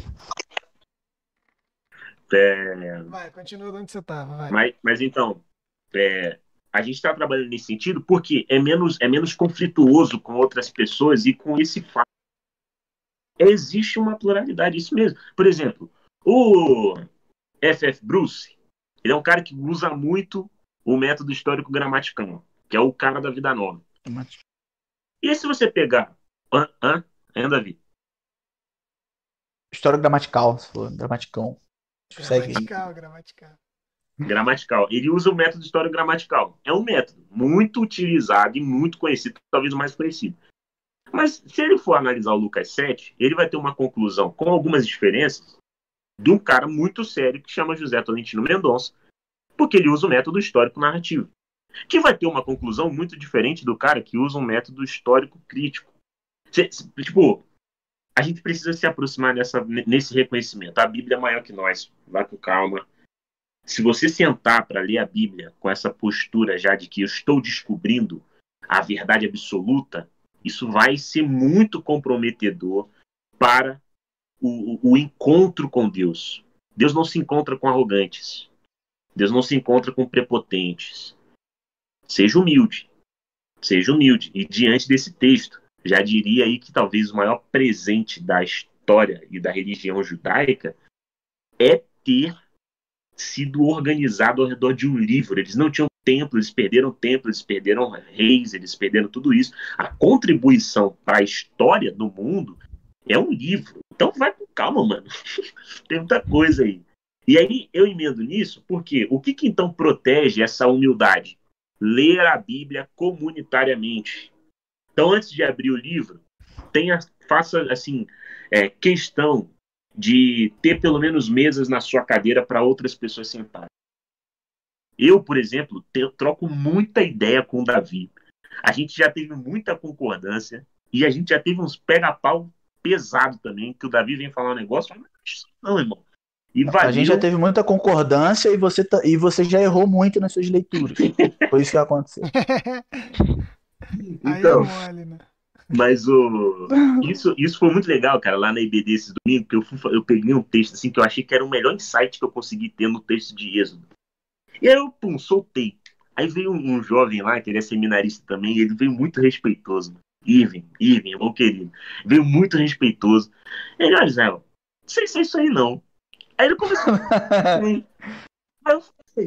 É, Vai, continua de onde você tava, vai. mas, mas então, é, a gente está trabalhando nesse sentido porque é menos, é menos conflituoso com outras pessoas e com esse fato. Existe uma pluralidade, isso mesmo. Por exemplo, o F F Bruce, ele é um cara que usa muito o método histórico gramatical, que é o cara da Vida Nova. E se você pegar... Hã? Hã? É, Davi? História gramatical, se for gramaticão. Segue. Gramatical, gramatical. Gramatical. Ele usa o método histórico gramatical. É um método muito utilizado e muito conhecido, talvez o mais conhecido. Mas se ele for analisar o Lucas sete, ele vai ter uma conclusão com algumas diferenças de um cara muito sério que chama José Tolentino Mendonça, Porque ele usa o método histórico narrativo, que vai ter uma conclusão muito diferente do cara que usa um método histórico crítico. Cê, tipo, a gente precisa se aproximar nessa, nesse reconhecimento. A Bíblia é maior que nós. Vai com calma. Se você sentar para ler a Bíblia com essa postura já de que eu estou descobrindo a verdade absoluta, isso vai ser muito comprometedor para o, o encontro com Deus. Deus não se encontra com arrogantes. Deus não se encontra com prepotentes. Seja humilde. Seja humilde. E diante desse texto, já diria aí que talvez o maior presente da história e da religião judaica é ter sido organizado ao redor de um livro. Eles não tinham templo, eles perderam templo, eles perderam reis, eles perderam tudo isso. A contribuição para a história do mundo é um livro. Então vai com calma, mano. Tem muita coisa aí. E aí eu emendo nisso, porque o que, que então protege essa humildade? Ler a Bíblia comunitariamente. Então, antes de abrir o livro, tenha, faça assim, é, questão de ter pelo menos mesas na sua cadeira para outras pessoas sentarem. Eu, por exemplo, te, troco muita ideia com o Davi. A gente já teve muita concordância e a gente já teve uns pega-pau pesado também, que o Davi vem falar um negócio, mas não, irmão. E valeu... A gente já teve muita concordância e você, tá, e você já errou muito nas suas leituras. Foi isso que aconteceu. Então, é mole, né? Mas o isso, isso foi muito legal, cara, lá na I B D esse domingo, que eu, fui, eu peguei um texto assim que eu achei que era o melhor insight que eu consegui ter no texto de Êxodo. E aí eu, pum, soltei. Aí veio um, um jovem lá, que ele é seminarista também, e ele veio muito respeitoso. Irving, Irving, irmão querido. Veio muito respeitoso. Ele, olha, Zé, não sei se é isso aí não. Aí ele começou a... Aí eu falei,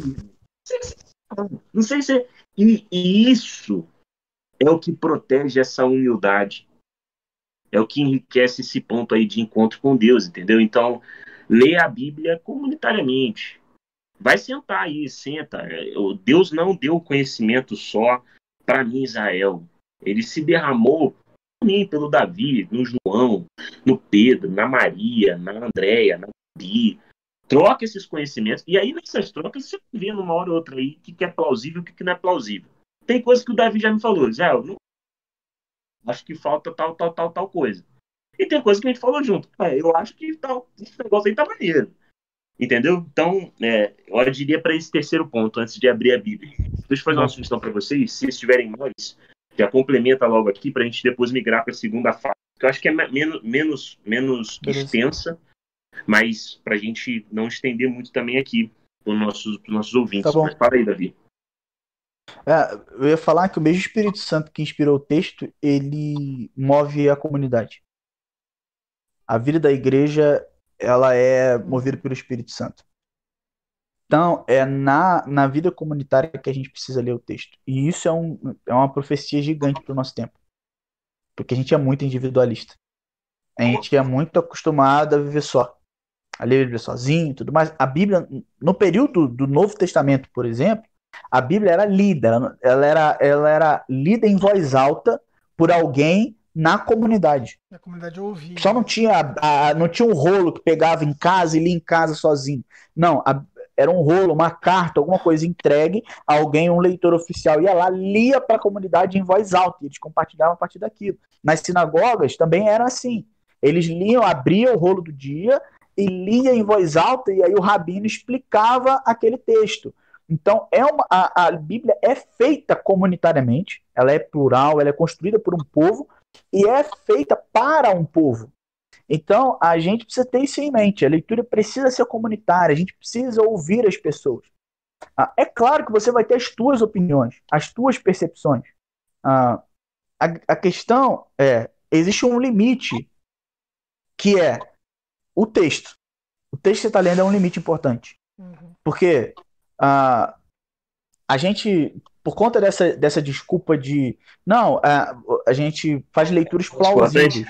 não sei se é... E, e isso é o que protege essa humildade. É o que enriquece esse ponto aí de encontro com Deus, entendeu? Então, leia a Bíblia comunitariamente. Vai sentar aí, senta. Deus não deu conhecimento só para mim, Israel. Ele se derramou por mim, pelo Davi, no João, no Pedro, na Maria, na Andréia, na Bi. Troca esses conhecimentos. E aí, nessas trocas, você vê numa hora ou outra aí o que é plausível e o que não é plausível. Tem coisa que o Davi já me falou. Israel, não... acho que falta tal, tal, tal, tal coisa. E tem coisa que a gente falou junto. É, eu acho que tal, esse negócio aí tá maneiro. Entendeu? Então, é, eu diria para esse terceiro ponto, antes de abrir a Bíblia. Deixa eu fazer uma sugestão para vocês. Se vocês tiverem mais, já complementa logo aqui para a gente depois migrar para a segunda fase. Que eu acho que é menos, menos, menos extensa, mas para a gente não estender muito também aqui para os nossos, nossos ouvintes. Tá bom. Mas fala aí, Davi. É, eu ia falar que o mesmo Espírito Santo que inspirou o texto, ele move a comunidade. A vida da igreja, ela é movida pelo Espírito Santo. Então, é na, na vida comunitária que a gente precisa ler o texto. E isso é, um, é uma profecia gigante para o nosso tempo. Porque a gente é muito individualista. A gente é muito acostumado a viver só. A ler a Bíblia sozinho e tudo mais. A Bíblia, no período do Novo Testamento, por exemplo, a Bíblia era lida. Ela era, ela era lida em voz alta por alguém na comunidade. A comunidade ouvia. Só não tinha, a, não tinha um rolo que pegava em casa e lia em casa sozinho. Não, a, era um rolo, uma carta, alguma coisa entregue a alguém, um leitor oficial ia lá, lia para a comunidade em voz alta, e eles compartilhavam a partir daquilo. Nas sinagogas também era assim. Eles liam, abriam o rolo do dia e lia em voz alta, e aí o rabino explicava aquele texto. Então, é uma, a, a Bíblia é feita comunitariamente, ela é plural, ela é construída por um povo, e é feita para um povo. Então, a gente precisa ter isso em mente. A leitura precisa ser comunitária, a gente precisa ouvir as pessoas. Ah, é claro que você vai ter as tuas opiniões, as tuas percepções. Ah, a, a questão é, existe um limite, que é o texto. O texto que você está lendo é um limite importante. Uhum. Porque ah, a gente, por conta dessa, dessa desculpa de não, a, a gente faz leituras plausíveis.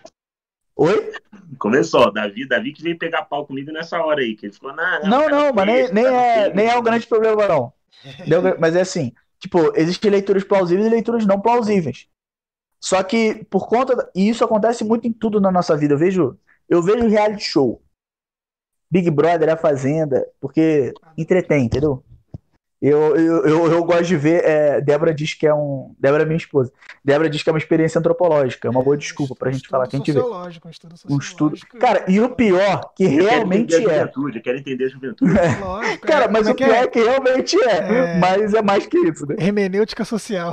Oi? Começou, Davi, Davi que veio pegar pau comigo nessa hora aí, que ele ficou, não, não, não, não mas nem, nem, é, nem é o grande problema, não. Mas é assim, tipo, existem leituras plausíveis e leituras não plausíveis. Só que, por conta, da, e isso acontece muito em tudo na nossa vida, eu vejo, eu vejo reality show, Big Brother, A Fazenda, porque entretém, entendeu? Eu, eu, eu, eu gosto de ver. É, Débora diz que é um. Débora é minha esposa. Débora diz que é uma experiência antropológica. É uma boa É, um desculpa es- pra um gente falar estudo que a gente vê. sociológico, um estudo Um estudo. sociológico e Cara, e o antropológico. pior, que Eu quero entender a realmente é. juventude, eu quero entender a juventude. Lógico, Cara, é, mas como é o que pior é é? que realmente é. É, Mas é mais que isso, né? hermenêutica social.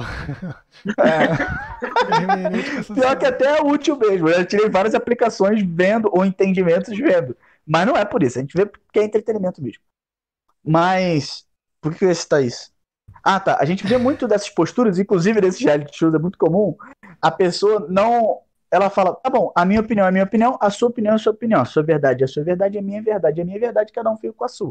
É. Hermenêutica Pior que social. até é útil mesmo. Eu tirei várias aplicações vendo, ou entendimentos vendo. Mas não é por isso. A gente vê porque é entretenimento mesmo. Mas. Por que eu ia citar isso? Ah, tá. A gente vê muito dessas posturas, inclusive nesses reality shows é muito comum. A pessoa não. Ela fala, tá bom, a minha opinião é a minha opinião, a sua opinião é a sua opinião, a sua verdade é a sua verdade, a minha verdade é a minha verdade, cada um fica com a sua.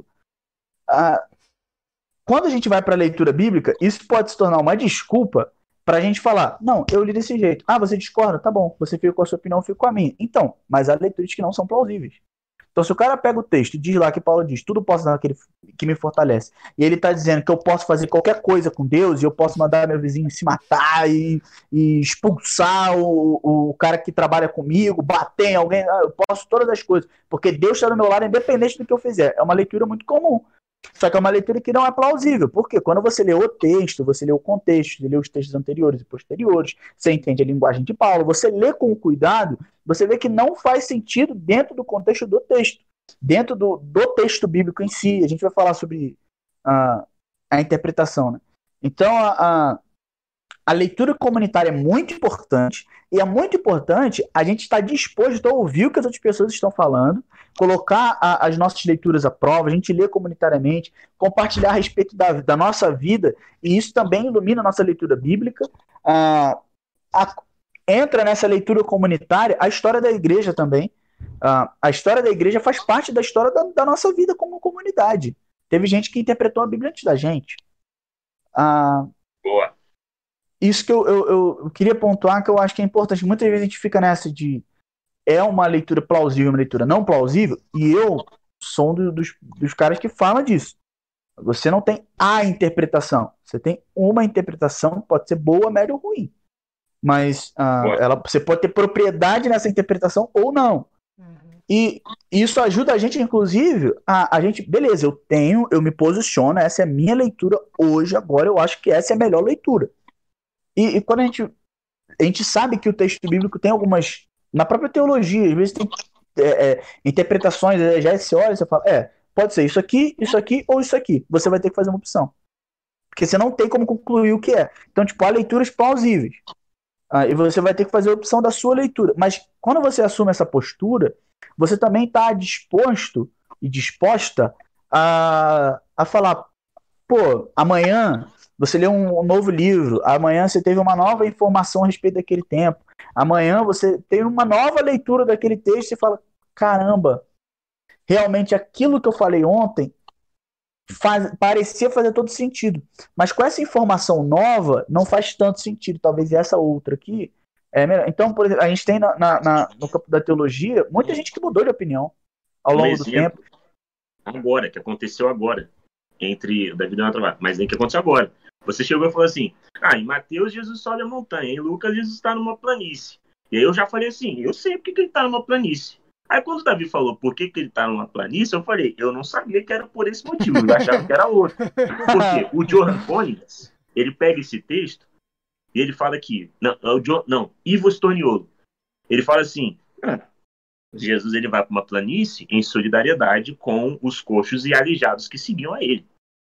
Ah, quando a gente vai para a leitura bíblica, isso pode se tornar uma desculpa para a gente falar, não, eu li desse jeito. Ah, você discorda? Tá bom, você fica com a sua opinião, eu fico com a minha. Então, mas há leituras que não são plausíveis. Então, se o cara pega o texto e diz lá que Paulo diz, tudo posso naquele que me fortalece, e ele está dizendo que eu posso fazer qualquer coisa com Deus, e eu posso mandar meu vizinho se matar e, e expulsar o, o cara que trabalha comigo, bater em alguém, eu posso todas as coisas, porque Deus está do meu lado, independente do que eu fizer. É uma leitura muito comum. Só que é uma leitura que não é plausível. Por quê? Quando você lê o texto, você lê o contexto, você lê os textos anteriores e posteriores, você entende a linguagem de Paulo, você lê com cuidado, você vê que não faz sentido dentro do contexto do texto, dentro do, do texto bíblico em si. A gente vai falar sobre a, a interpretação, né? Então, a, a, a leitura comunitária é muito importante, e é muito importante a gente estar disposto a ouvir o que as outras pessoas estão falando, colocar a, as nossas leituras à prova, a gente lê comunitariamente, compartilhar a respeito da, da nossa vida, e isso também ilumina a nossa leitura bíblica. Ah, a, entra nessa leitura comunitária a história da igreja também. Ah, a história da igreja faz parte da história da, da nossa vida como comunidade. Teve gente que interpretou a Bíblia antes da gente. Ah, Boa. Isso que eu, eu, eu queria pontuar, que eu acho que é importante. Muitas vezes a gente fica nessa de é uma leitura plausível, uma leitura não plausível, e eu sou um do, dos, dos caras que fala disso. Você não tem a interpretação, você tem uma interpretação, pode ser boa, média ou ruim. Mas ah, ela, você pode ter propriedade nessa interpretação ou não. Uhum. E isso ajuda a gente, inclusive, a, a gente, beleza, eu tenho, eu me posiciono, essa é a minha leitura hoje, agora eu acho que essa é a melhor leitura. E, e quando a gente, a gente sabe que o texto bíblico tem algumas, na própria teologia, às vezes tem é, é, interpretações, já você olha e você fala, é, pode ser isso aqui, isso aqui ou isso aqui. Você vai ter que fazer uma opção. Porque você não tem como concluir o que é. Então, tipo, há leituras plausíveis. Ah, e você vai ter que fazer a opção da sua leitura. Mas quando você assume essa postura, você também está disposto e disposta a, a falar, pô, amanhã você lê um, um novo livro, amanhã você teve uma nova informação a respeito daquele tempo, amanhã você tem uma nova leitura daquele texto e fala, caramba, realmente aquilo que eu falei ontem faz, parecia fazer todo sentido, mas com essa informação nova não faz tanto sentido, talvez essa outra aqui é melhor. Então, por exemplo, a gente tem na, na, na, no campo da teologia muita gente que mudou de opinião ao Um longo exemplo, do tempo. Agora, que aconteceu agora, entre o Davi e o Natal, mas nem que aconteceu agora. Você chegou e falou assim, ah, em Mateus Jesus sobe a montanha, em Lucas Jesus está numa planície. E aí eu já falei assim, eu sei porque que ele está numa planície. Aí quando o Davi falou por que, que ele está numa planície, eu falei, eu não sabia que era por esse motivo, eu achava que era outro. Porque o Johan Phoenix, ele pega esse texto e ele fala aqui, não, o John, não Ivo Stoniolo, ele fala assim, ah, Jesus ele vai para uma planície em solidariedade com os coxos e aleijados que seguiam a ele.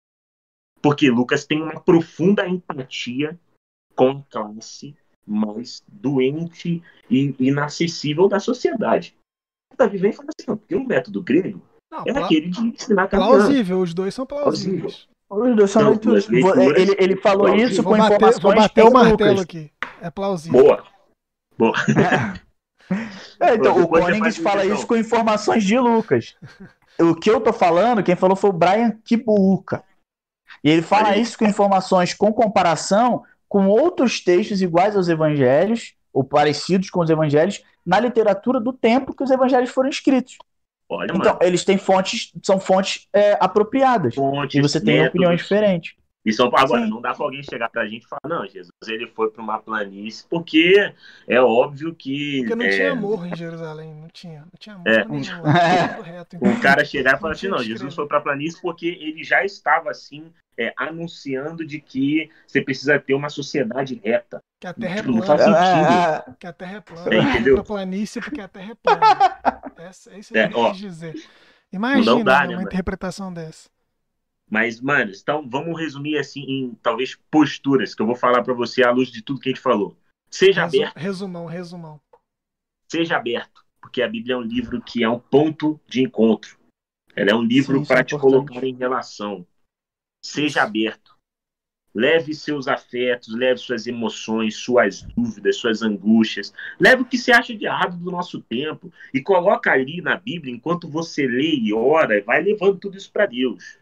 Porque Lucas tem uma profunda empatia com a classe mais doente e inacessível da sociedade. Davi vem e fala assim, porque o método grego Não, é pla- aquele de ensinar caminhando. plausível, os dois são plausíveis. Os dois são Não, leituras. duas leituras Ele, ele falou plausíveis. isso Vou com bater, informações vou bater em o martelo Lucas. aqui. É plausível. Boa. Boa. É, então, o Depois você Konings faz fala então. isso com informações de Lucas. O que eu tô falando, quem falou foi o Brian Kibuuka. E ele fala Aí. isso com informações com comparação com outros textos iguais aos evangelhos, ou parecidos com os evangelhos, na literatura do tempo que os evangelhos foram escritos. Olha, Então, mano. eles têm fontes, são fontes é, apropriadas. Fontes, E você tem métodos. opiniões diferentes. E são, agora, Sim. não dá pra alguém chegar pra gente e falar, não, Jesus, ele foi pra uma planície, porque é óbvio que... Porque não é, tinha amor em Jerusalém, não tinha, não tinha amor É. nenhum lá, tudo reto. o cara chegar e falar Não assim, tinha não, que Jesus escrever. foi pra planície porque ele já estava, assim, é, anunciando de que você precisa ter uma sociedade reta. Que a Terra Tipo, é não faz plana. sentido. Que a Terra é É, plana. Vai entendeu? pra planície porque a Terra é plana. Essa, é isso aí É, que ele ó, quis dizer. não Imagina, dá, né, né, uma mano? interpretação dessa. Mas, mano, então vamos resumir assim em talvez posturas que eu vou falar pra você à luz de tudo que a gente falou. Seja Resu- aberto, resumão, resumão. seja aberto, porque a Bíblia é um livro que é um ponto de encontro. Ela é um Sim, livro isso é para te colocar importante. em relação. Seja Isso. aberto. Leve seus afetos, leve suas emoções, suas dúvidas, suas angústias. Leve o que você acha de errado do nosso tempo e coloca ali na Bíblia, enquanto você lê e ora, vai levando tudo isso para Deus.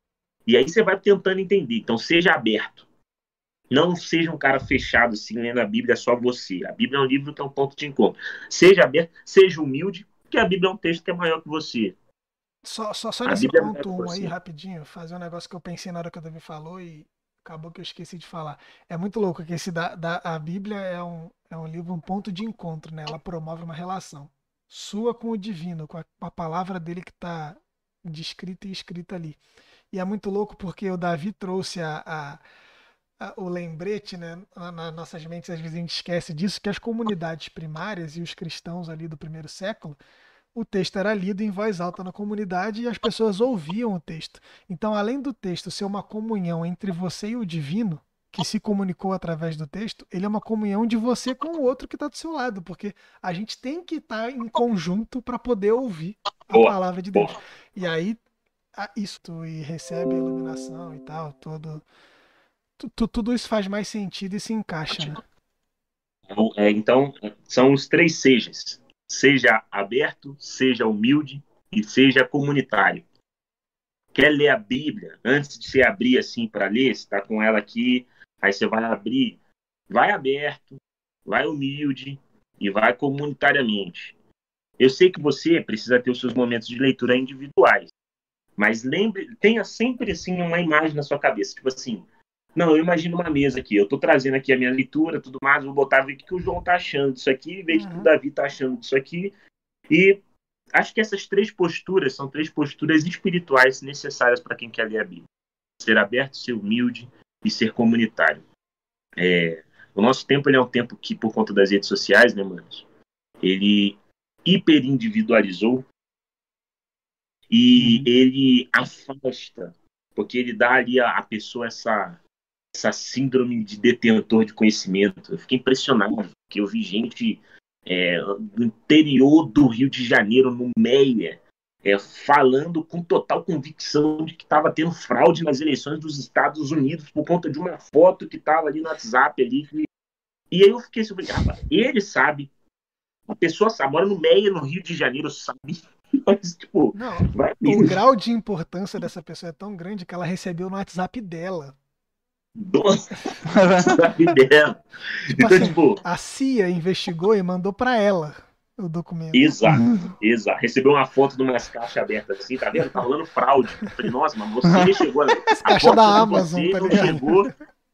E aí você vai tentando entender. Então, seja aberto. Não seja um cara fechado, assim, lendo a Bíblia só você. A Bíblia é um livro que é um ponto de encontro. Seja aberto, seja humilde, porque a Bíblia é um texto que é maior que você. Só, só, só A nesse Bíblia é maior ponto que um aí, você. rapidinho, fazer um negócio que eu pensei na hora que o Davi falou e acabou que eu esqueci de falar. É muito louco que esse da, da, a Bíblia é um, é um livro, um ponto de encontro, né? Ela promove uma relação sua com o divino, com a, com a palavra dele que está descrita e escrita ali. E é muito louco porque o Davi trouxe a, a- a- o lembrete, né? Na, nas nossas mentes, às vezes a gente esquece disso, que as comunidades primárias e os cristãos ali do primeiro século, o texto era lido em voz alta na comunidade e as pessoas ouviam o texto. Então, além do texto ser uma comunhão entre você e o divino, que se comunicou através do texto, ele é uma comunhão de você com o outro que está do seu lado, porque a gente tem que estar em conjunto para poder ouvir a Boa, palavra de Deus. boa. E aí, a- isso tu- e recebe a iluminação e tal, todo, tu- tu- tudo isso faz mais sentido e se encaixa, né? Então, é, então, são os três sejas. Seja aberto, seja humilde e seja comunitário. Quer ler a Bíblia? Antes de você abrir assim para ler, você está com ela aqui, aí você vai abrir, vai aberto, vai humilde e vai comunitariamente. Eu sei que você precisa ter os seus momentos de leitura individuais, mas lembre, tenha sempre assim uma imagem na sua cabeça, tipo assim, não, eu imagino uma mesa aqui, eu estou trazendo aqui a minha leitura, tudo mais, vou botar ver o que o João está achando disso aqui, ver o que o Uhum. Davi está achando disso aqui, e acho que essas três posturas são três posturas espirituais necessárias para quem quer ler a Bíblia. Ser aberto, ser humilde e ser comunitário. É, o nosso tempo ele é um tempo que, por conta das redes sociais, né, manos, ele hiperindividualizou e Uhum. ele afasta, porque ele dá ali à pessoa essa, essa síndrome de detentor de conhecimento. Eu fiquei impressionado, porque eu vi gente é, no interior do Rio de Janeiro, no Meia, é, falando com total convicção de que estava tendo fraude nas eleições dos Estados Unidos por conta de uma foto que estava ali no WhatsApp. Ali. E aí eu fiquei assim, rapaz, ele sabe, a pessoa sabe, mora no Meia, no Rio de Janeiro, sabe, mas, tipo, Não, vai o mesmo. grau de importância dessa pessoa é tão grande que ela recebeu no WhatsApp dela. Nossa, sabe dela. Tipo Então, assim, tipo, a C I A investigou e mandou pra ela o documento. exato, exato. Recebeu uma foto de umas caixas abertas assim, tá vendo? Tá rolando fraude. Eu falei, nossa, mas você chegou. As A caixas foto da de Amazon, você tá não ligado? chegou.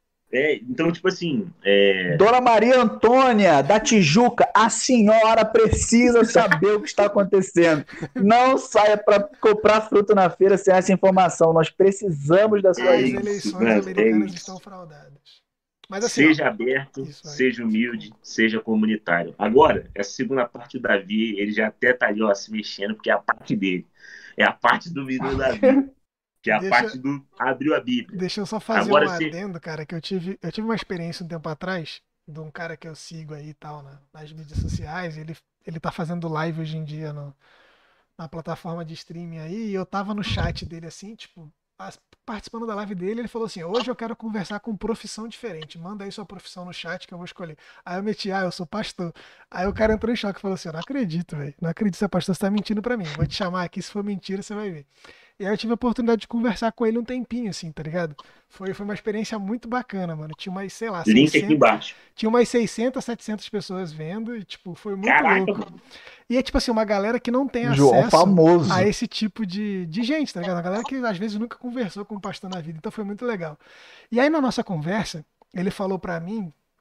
É, então, tipo assim, é, Dona Maria Antônia, da Tijuca, a senhora precisa saber o que está acontecendo. Não saia para comprar fruta na feira sem essa informação. Nós precisamos da sua é As ajuda. isso, eleições mano, é americanas estão isso. fraudadas. Mas assim, ó. Seja aberto, Isso aí. seja humilde, seja comunitário. Agora, essa segunda parte do Davi, ele já até tá ali, ó, se mexendo, porque é a parte dele. É a parte do menino Davi, que é a Deixa, parte do abriu a Bíblia. deixa eu só fazer um Agora, se adendo, cara, que eu tive, eu tive uma experiência um tempo atrás de um cara que eu sigo aí e tal, né, nas mídias sociais. Ele, ele tá fazendo live hoje em dia no, na plataforma de streaming aí, e eu tava no chat dele assim, tipo, as- participando da live dele, ele falou assim: hoje eu quero conversar com profissão diferente, manda aí sua profissão no chat que eu vou escolher. Aí eu meti, ah, eu sou pastor. Aí o cara entrou em choque e falou assim: eu não acredito, velho, não acredito que você é pastor, você tá mentindo pra mim, vou te chamar aqui, se for mentira você vai ver. E aí eu tive a oportunidade de conversar com ele um tempinho, assim, tá ligado? Foi, foi uma experiência muito bacana, mano. Tinha umas, sei lá, link aqui seiscentas, embaixo. tinha umas seiscentas, setecentas pessoas vendo e, tipo, foi muito Caraca, louco. mano. E é tipo assim, uma galera que não tem João acesso a famoso. esse tipo de, de gente, tá ligado? Uma galera que às vezes nunca conversou com um pastor na vida, então foi muito legal. E aí na nossa conversa, ele falou pra mim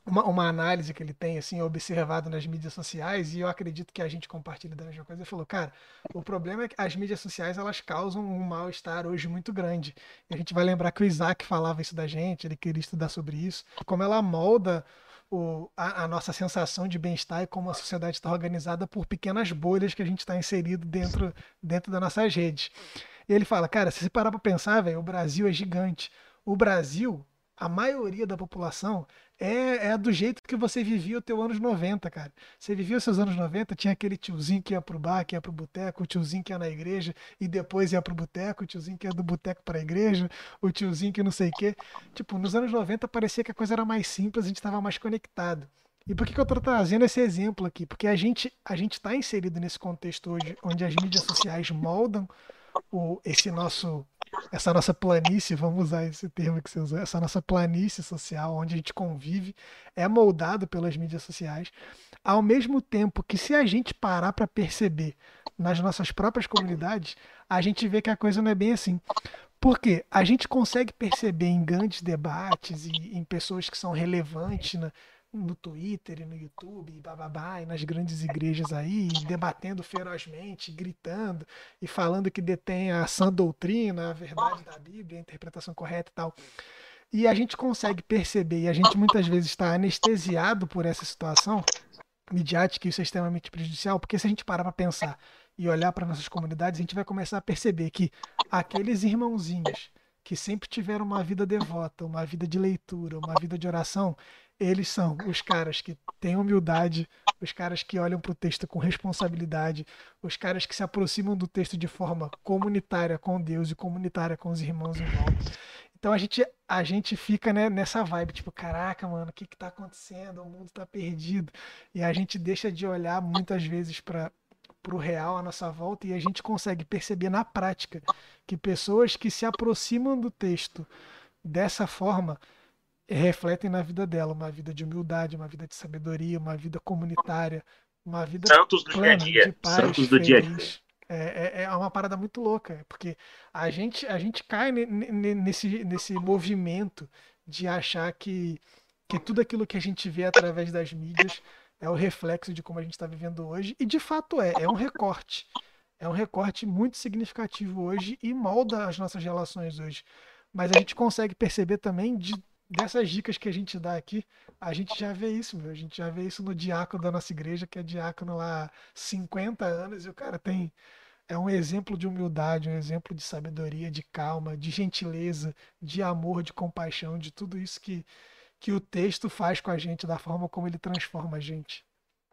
uma, uma análise que ele tem, assim, observado nas mídias sociais, e eu acredito que a gente compartilha da mesma coisa. Ele falou, cara, o problema é que as mídias sociais, elas causam um mal-estar hoje muito grande. E a gente vai lembrar que o Isaac falava isso da gente, ele queria estudar sobre isso, como ela molda o, a, a nossa sensação de bem-estar e como a sociedade está organizada por pequenas bolhas que a gente está inserido dentro, dentro das nossas redes. E ele fala, cara, se você parar para pensar, velho, o Brasil é gigante. O Brasil, a maioria da população é, é do jeito que você vivia o teu anos noventa, cara. Você vivia os seus anos noventa, tinha aquele tiozinho que ia pro bar, que ia pro boteco, o tiozinho que ia na igreja e depois ia pro boteco, o tiozinho que ia do boteco pra igreja, o tiozinho que não sei o quê. Tipo, nos anos noventa parecia que a coisa era mais simples, a gente estava mais conectado. E por que que eu tô trazendo esse exemplo aqui? Porque a gente a gente está inserido nesse contexto hoje, onde as mídias sociais moldam o, esse nosso, essa nossa planície, vamos usar esse termo que você usou, essa nossa planície social, onde a gente convive, é moldado pelas mídias sociais, ao mesmo tempo que se a gente parar para perceber nas nossas próprias comunidades, a gente vê que a coisa não é bem assim. Porque a gente consegue perceber em grandes debates e em pessoas que são relevantes na, no Twitter e no YouTube, e bababá, e nas grandes igrejas aí, debatendo ferozmente, gritando e falando que detém a sã doutrina, a verdade da Bíblia, a interpretação correta e tal. E a gente consegue perceber, e a gente muitas vezes está anestesiado por essa situação midiática, e isso é extremamente prejudicial, porque se a gente parar para pensar e olhar para nossas comunidades, a gente vai começar a perceber que aqueles irmãozinhos que sempre tiveram uma vida devota, uma vida de leitura, uma vida de oração, eles são os caras que têm humildade, os caras que olham para o texto com responsabilidade, os caras que se aproximam do texto de forma comunitária com Deus e comunitária com os irmãos em volta. Então a gente, a gente fica, né, nessa vibe, tipo, caraca, mano, o que que tá acontecendo? O mundo tá perdido. E a gente deixa de olhar muitas vezes para o real à nossa volta e a gente consegue perceber na prática que pessoas que se aproximam do texto dessa forma refletem na vida dela uma vida de humildade, uma vida de sabedoria, uma vida comunitária, uma vida Santos do dia a plena, de dia. paz, Santos do dia a dia. feliz. É, é, é uma parada muito louca, porque a gente, a gente cai ne- ne- nesse, nesse movimento de achar que, que tudo aquilo que a gente vê através das mídias é o reflexo de como a gente está vivendo hoje, e de fato é, é um recorte. É um recorte muito significativo hoje e molda as nossas relações hoje. Mas a gente consegue perceber também de, dessas dicas que a gente dá aqui, a gente já vê isso, meu. A gente já vê isso no diácono da nossa igreja, que é diácono lá há cinquenta anos, e o cara tem. É um exemplo de humildade, um exemplo de sabedoria, de calma, de gentileza, de amor, de compaixão, de tudo isso que, que o texto faz com a gente, da forma como ele transforma a gente.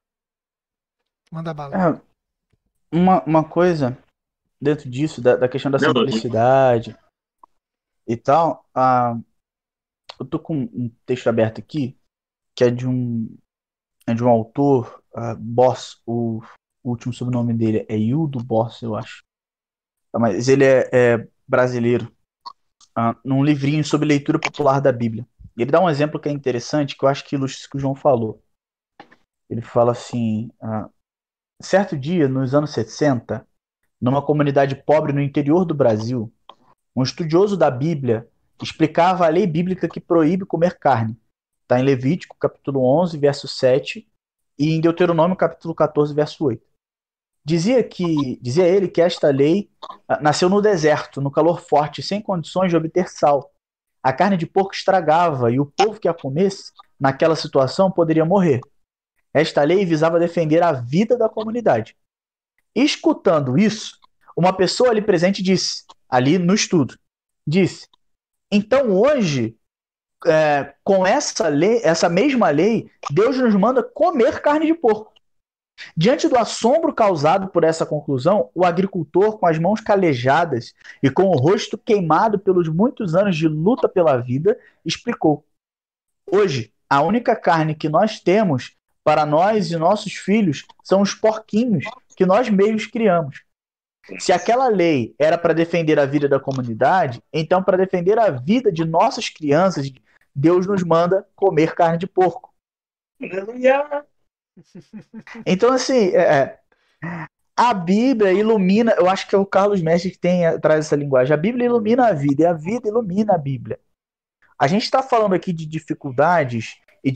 Manda bala aí. É, uma, uma coisa dentro disso, da, da questão da Não, simplicidade e tal, ah, eu tô com um texto aberto aqui, que é de um, é de um autor, ah, Boss, o, o último sobrenome dele é Hildo Boss, eu acho. Ah, mas ele é, é brasileiro, ah, num livrinho sobre leitura popular da Bíblia. E ele dá um exemplo que é interessante, que eu acho que ilustra isso que o João falou. Ele fala assim, ah, certo dia, nos anos sessenta, numa comunidade pobre no interior do Brasil, um estudioso da Bíblia explicava a lei bíblica que proíbe comer carne. Está em Levítico, capítulo onze, verso sete, e em Deuteronômio, capítulo quatorze, verso oito. Dizia, que, dizia ele que esta lei ah, nasceu no deserto, no calor forte, sem condições de obter sal. A carne de porco estragava e o povo que a comesse, naquela situação, poderia morrer. Esta lei visava defender a vida da comunidade. Escutando isso, uma pessoa ali presente disse, ali no estudo, disse, então hoje, é, com essa lei, essa mesma lei, Deus nos manda comer carne de porco. Diante do assombro causado por essa conclusão, o agricultor, com as mãos calejadas e com o rosto queimado pelos muitos anos de luta pela vida, explicou: hoje, a única carne que nós temos para nós e nossos filhos são os porquinhos que nós mesmos criamos. Se aquela lei era para defender a vida da comunidade, então para defender a vida de nossas crianças, Deus nos manda comer carne de porco. Aleluia! Então, assim, é, a Bíblia ilumina, eu acho que é o Carlos Mestre que tem, traz essa linguagem. A Bíblia ilumina a vida e a vida ilumina a Bíblia. A gente está falando aqui de dificuldades e de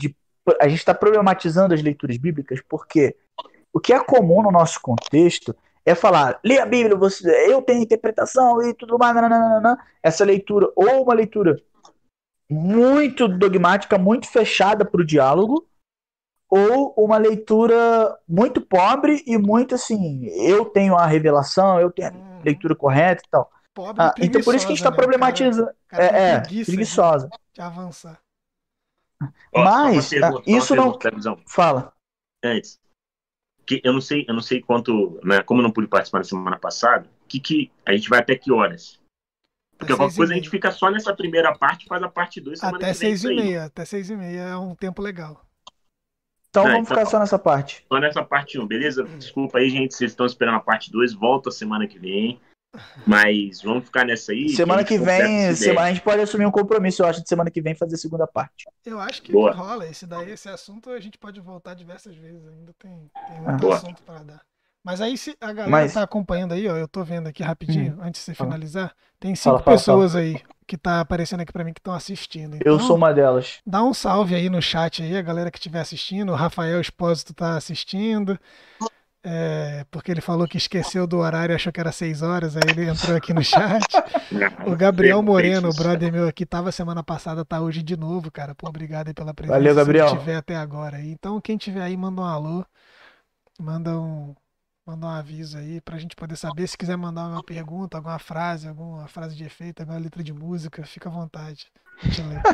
a gente está problematizando as leituras bíblicas porque o que é comum no nosso contexto é falar, lê a Bíblia, você, eu tenho interpretação e tudo mais, nananana. Essa leitura, ou uma leitura muito dogmática, muito fechada para o diálogo, ou uma leitura muito pobre e muito assim, eu tenho a revelação, eu tenho a Uhum. leitura correta e tal. Pobre Ah, e então por isso que a gente está preguiçosa, né? O cara, problematizando. o cara tem É, é preguiça preguiçosa. de, de avançar. Ó, só uma Mas ah, pergunta, só uma isso não. pergunta, Davizão. Fala. Antes, que eu não sei, eu não sei quanto, né, como eu não pude participar na semana passada, que que a gente vai até que horas? Porque Até qualquer seis e coisa a gente meia. fica só nessa primeira parte e faz a parte dois semana Até que vem seis isso e aí. meia. Até seis e meia é um tempo legal. Então Não, vamos então, ficar só nessa parte. só nessa parte um, beleza? Desculpa aí, gente, vocês estão esperando a parte dois, volta semana que vem. Mas vamos ficar nessa aí. Semana que, a que gente completa vem, essa semana, ideia. a gente pode assumir um compromisso, eu acho, de semana que vem fazer a segunda parte. Eu acho que, que Boa. rola. Esse daí, esse assunto a gente pode voltar diversas vezes. Ainda tem, tem Ah. muito Boa. assunto para dar. Mas aí, se a galera Mas- tá acompanhando aí, ó, eu tô vendo aqui rapidinho, Hum. antes de você Fala. finalizar, tem Fala, cinco fala, pessoas aí que tá aparecendo aqui para mim que estão assistindo. Então, Eu sou uma delas. dá um salve aí no chat aí, a galera que estiver assistindo. O Rafael Espósito tá assistindo. É, porque ele falou que esqueceu do horário e achou que era seis horas, aí ele entrou aqui no chat. O Gabriel Moreno, o brother meu aqui, tava semana passada, tá hoje de novo, cara. Pô, obrigado aí pela presença. Valeu, Gabriel. Se ele tiver até agora aí. Então, quem tiver aí, manda um alô, manda um, manda um aviso aí pra gente poder saber. Se quiser mandar uma pergunta, alguma frase, alguma frase de efeito, alguma letra de música, fica à vontade. A gente lê.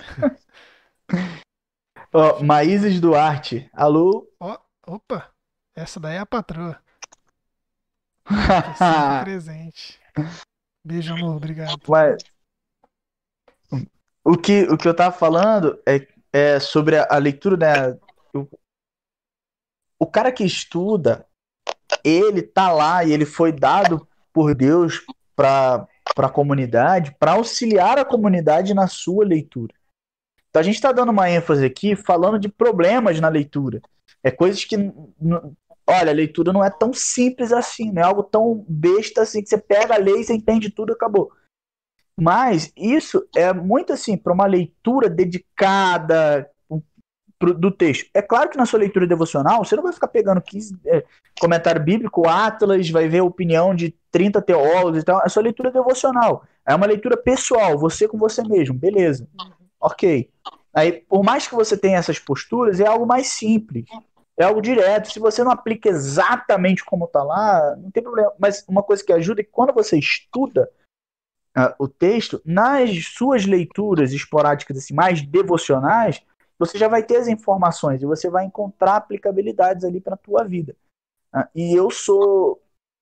Ó, Maíses Duarte. Alô? Ó, opa, essa daí é a patroa. Sempre presente. Beijo, amor, obrigado. Mas o que, o que eu tava falando é, é sobre a, a leitura, né? O, o cara que estuda, ele tá lá e ele foi dado por Deus para para a comunidade, para auxiliar a comunidade na sua leitura. Então a gente está dando uma ênfase aqui falando de problemas na leitura. É coisas que, olha, a leitura não é tão simples assim, não é algo tão besta assim que você pega a lei, você entende tudo e acabou. Mas isso é muito assim, para uma leitura dedicada pro, do texto. É claro que na sua leitura devocional, você não vai ficar pegando quinze é, comentário bíblico, Atlas, vai ver a opinião de trinta teólogos e tal. É sua leitura devocional. É uma leitura pessoal, você com você mesmo, beleza. Ok. Aí, por mais que você tenha essas posturas, é algo mais simples. É algo direto. Se você não aplica exatamente como está lá, não tem problema. Mas uma coisa que ajuda é que quando você estuda uh, o texto, nas suas leituras esporádicas, assim, mais devocionais, você já vai ter as informações e você vai encontrar aplicabilidades ali para a tua vida. Uh, e eu sou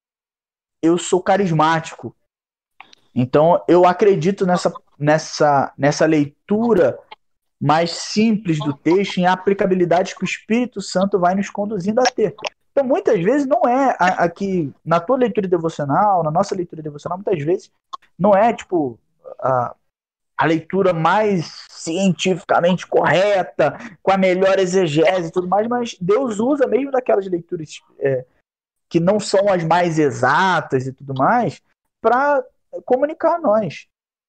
eu sou carismático. Então, eu acredito nessa, nessa, nessa leitura mais simples do texto, em aplicabilidades que o Espírito Santo vai nos conduzindo a ter. Então, muitas vezes, não é aqui, na tua leitura devocional, na nossa leitura devocional, muitas vezes, não é, tipo, a, a leitura mais cientificamente correta, com a melhor exegese e tudo mais, mas Deus usa mesmo daquelas leituras é, que não são as mais exatas e tudo mais, para comunicar a nós.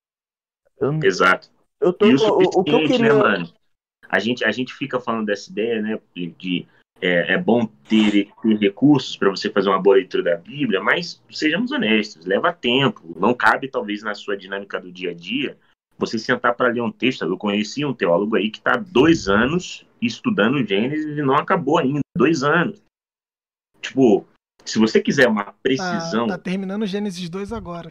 Eu, Exato. eu tô, e o, o, o que eu queria... né, mano? A gente, a gente fica falando dessa ideia, né, de, de é, é bom ter, ter recursos para você fazer uma boa leitura da Bíblia, mas sejamos honestos, leva tempo, não cabe talvez na sua dinâmica do dia a dia você sentar para ler um texto. Eu conheci um teólogo aí que está há dois anos estudando Gênesis e não acabou ainda, dois anos. Tipo, se você quiser uma precisão... Tá, tá terminando Gênesis dois agora.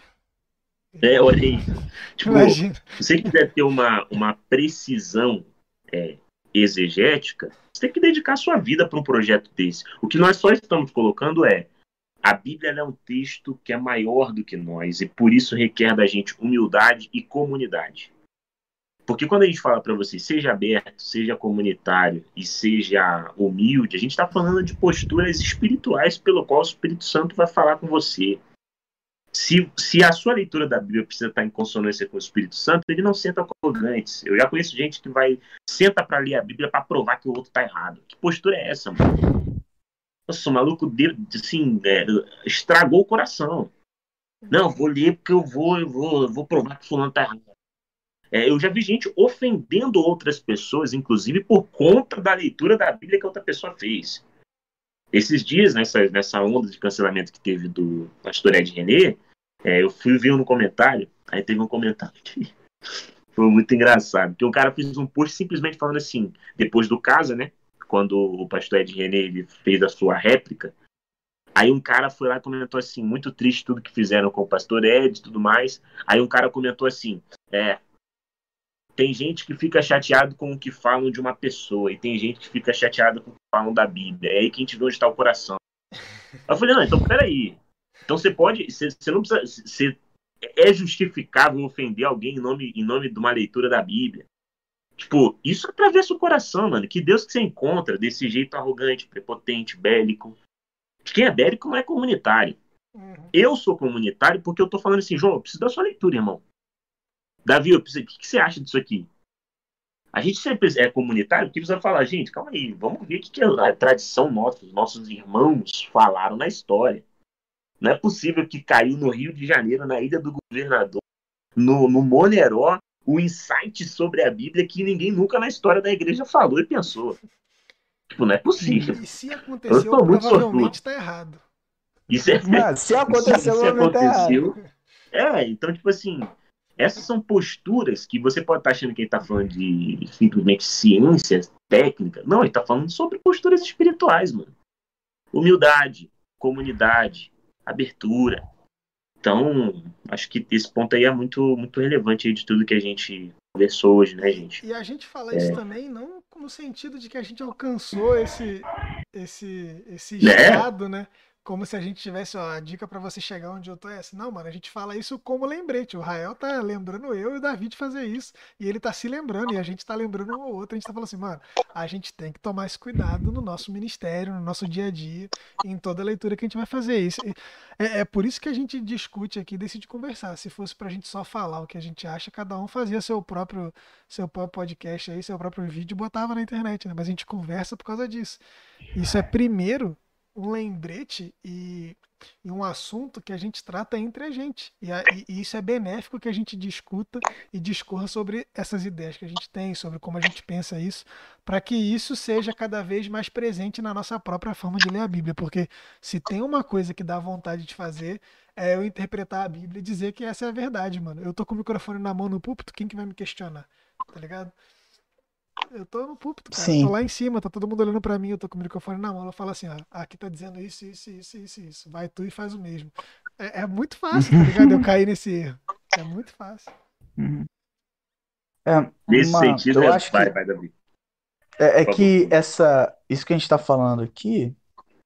É, olha aí. Tipo, Imagina. se você quiser ter uma, uma precisão é, exegética, você tem que dedicar sua vida para um projeto desse. O que nós só estamos colocando é: a Bíblia é um texto que é maior do que nós e por isso requer da gente humildade e comunidade. Porque quando a gente fala para você, seja aberto, seja comunitário e seja humilde, a gente está falando de posturas espirituais pelo qual o Espírito Santo vai falar com você. Se, se a sua leitura da Bíblia precisa estar em consonância com o Espírito Santo, ele não senta com arrogantes. Eu já conheço gente que vai senta para ler a Bíblia para provar que o outro está errado. Que postura é essa, mano? Nossa, o maluco de, assim, é, estragou o coração. Não, vou ler porque eu vou, eu vou, eu vou provar que o fulano está errado. É, eu já vi gente ofendendo outras pessoas, inclusive por conta da leitura da Bíblia que outra pessoa fez. Esses dias, nessa, nessa onda de cancelamento que teve do pastor Ed René, é, eu fui ver no comentário, aí teve um comentário que foi muito engraçado, que o cara fez um post simplesmente falando assim, depois do caso, né, quando o pastor Ed René ele fez a sua réplica, aí um cara foi lá e comentou assim, muito triste tudo que fizeram com o pastor Ed e tudo mais, aí um cara comentou assim, é, tem gente que fica chateado com o que falam de uma pessoa, e tem gente que fica chateado com o que falam da Bíblia, é aí que a gente vê onde está o coração. Eu falei, não, então peraí, então você pode, você, você não precisa, você, é justificável ofender alguém em nome, em nome de uma leitura da Bíblia. Tipo, isso atravessa o coração, mano. Que Deus que você encontra desse jeito arrogante, prepotente, bélico. Quem é bélico não é comunitário. Uhum. Eu sou comunitário porque eu tô falando assim, João, eu preciso da sua leitura, irmão. Davi, eu preciso, o que, que você acha disso aqui? A gente sempre é comunitário porque precisa falar, gente, calma aí, vamos ver o que, que a tradição nossa, os nossos irmãos falaram na história. Não é possível que caiu no Rio de Janeiro, na Ilha do Governador, no, no Moneró, o insight sobre a Bíblia que ninguém nunca na história da igreja falou e pensou. Tipo, não é possível. E se Eu aconteceu, tô muito provavelmente sortudo. está errado. Isso é, Mas se aconteceu, isso provavelmente tá errado. aconteceu. É, então, tipo assim, essas são posturas que você pode estar achando que ele está falando de simplesmente ciência técnica. Não, ele está falando sobre posturas espirituais, mano. Humildade, comunidade, abertura. Então, acho que esse ponto aí é muito, muito relevante aí de tudo que a gente conversou hoje, né, gente? E a gente fala isso também não no sentido de que a gente alcançou esse, esse, esse Né? estado, né? Como se a gente tivesse, ó, a dica pra você chegar onde eu tô é essa. Não, mano, a gente fala isso como lembrete. O Rael tá lembrando eu e o Davi de fazer isso. E ele tá se lembrando, e a gente tá lembrando um ao outro. A gente tá falando assim, mano, a gente tem que tomar esse cuidado no nosso ministério, no nosso dia a dia, em toda leitura que a gente vai fazer. Isso é, é por isso que a gente discute aqui e decide conversar. Se fosse pra gente só falar o que a gente acha, cada um fazia seu próprio, seu próprio podcast aí, seu próprio vídeo e botava na internet, né? Mas a gente conversa por causa disso. Isso é primeiro um lembrete e, e um assunto que a gente trata entre a gente. E, a, e, e isso é benéfico que a gente discuta e discorra sobre essas ideias que a gente tem, sobre como a gente pensa isso, para que isso seja cada vez mais presente na nossa própria forma de ler a Bíblia. Porque se tem uma coisa que dá vontade de fazer, é eu interpretar a Bíblia e dizer que essa é a verdade, mano. Eu tô com o microfone na mão no púlpito, quem que vai me questionar? Tá ligado? Eu tô no púlpito, cara. Eu tô Sim. lá em cima, tá todo mundo olhando pra mim, eu tô com o microfone na mão. Eu falo assim, ó, aqui tá dizendo isso, isso, isso, isso, isso. Vai tu e faz o mesmo. É, é muito fácil, tá ligado? Eu cair nesse erro. É muito fácil. Uhum. É, Nesse uma, sentido, eu é... acho vai, que vai, Davi. é, é Por que favor. essa, isso que a gente está falando aqui,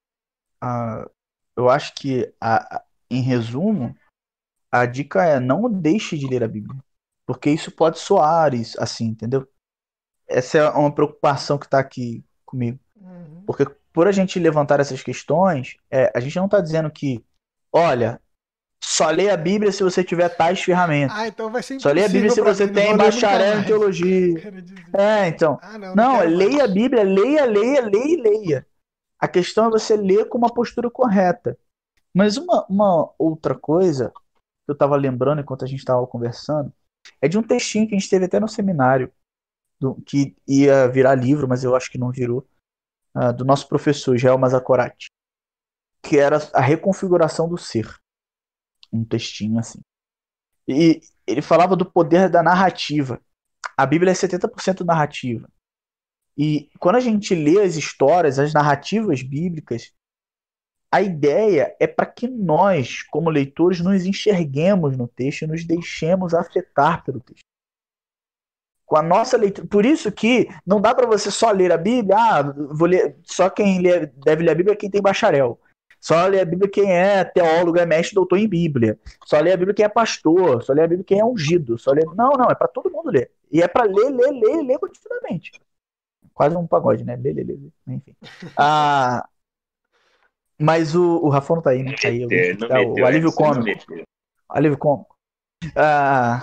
ah, eu acho que, a- a- em resumo, a dica é não deixe de ler a Bíblia, porque isso pode soar isso, assim, entendeu? Essa é uma preocupação que está aqui comigo, Uhum. porque por a gente levantar essas questões, é, a gente não está dizendo que, olha, só leia a Bíblia se você tiver tais ferramentas. Ah, então vai ser Só leia a Bíblia impossível se pra você mim, não tem vou ler nunca bacharel em mais. teologia. Quero dizer. É, então. Ah, não, não Não, quero leia a mais. Bíblia, leia, leia, leia e leia. A questão é você ler com uma postura correta. Mas uma, uma outra coisa que eu estava lembrando enquanto a gente estava conversando é de um textinho que a gente teve até no seminário, do, que ia virar livro, mas eu acho que não virou, ah, do nosso professor Israel Mazakorati, que era a reconfiguração do ser. Um textinho assim. E ele falava do poder da narrativa. A Bíblia é setenta por cento narrativa. E quando a gente lê as histórias, as narrativas bíblicas, a ideia é para que nós, como leitores, nos enxerguemos no texto e nos deixemos afetar pelo texto. Com a nossa leitura. Por isso que não dá para você só ler a Bíblia, ah, vou ler, só quem lê, deve ler a Bíblia é quem tem bacharel. Só lê a Bíblia quem é teólogo, é mestre, doutor em Bíblia. Só lê a Bíblia quem é pastor. Só lê a Bíblia quem é ungido. Só lê... Não, não, é para todo mundo ler. E é para ler, ler, ler, ler continuamente. Quase um pagode, né? Lê, lê, lê, lê. Enfim. Ah, mas o, o Rafão não tá aí, né? Tá aí, alguém É, tem que não dar o meteu alívio essa, não cômico. meteu. Alívio cômico. Ah,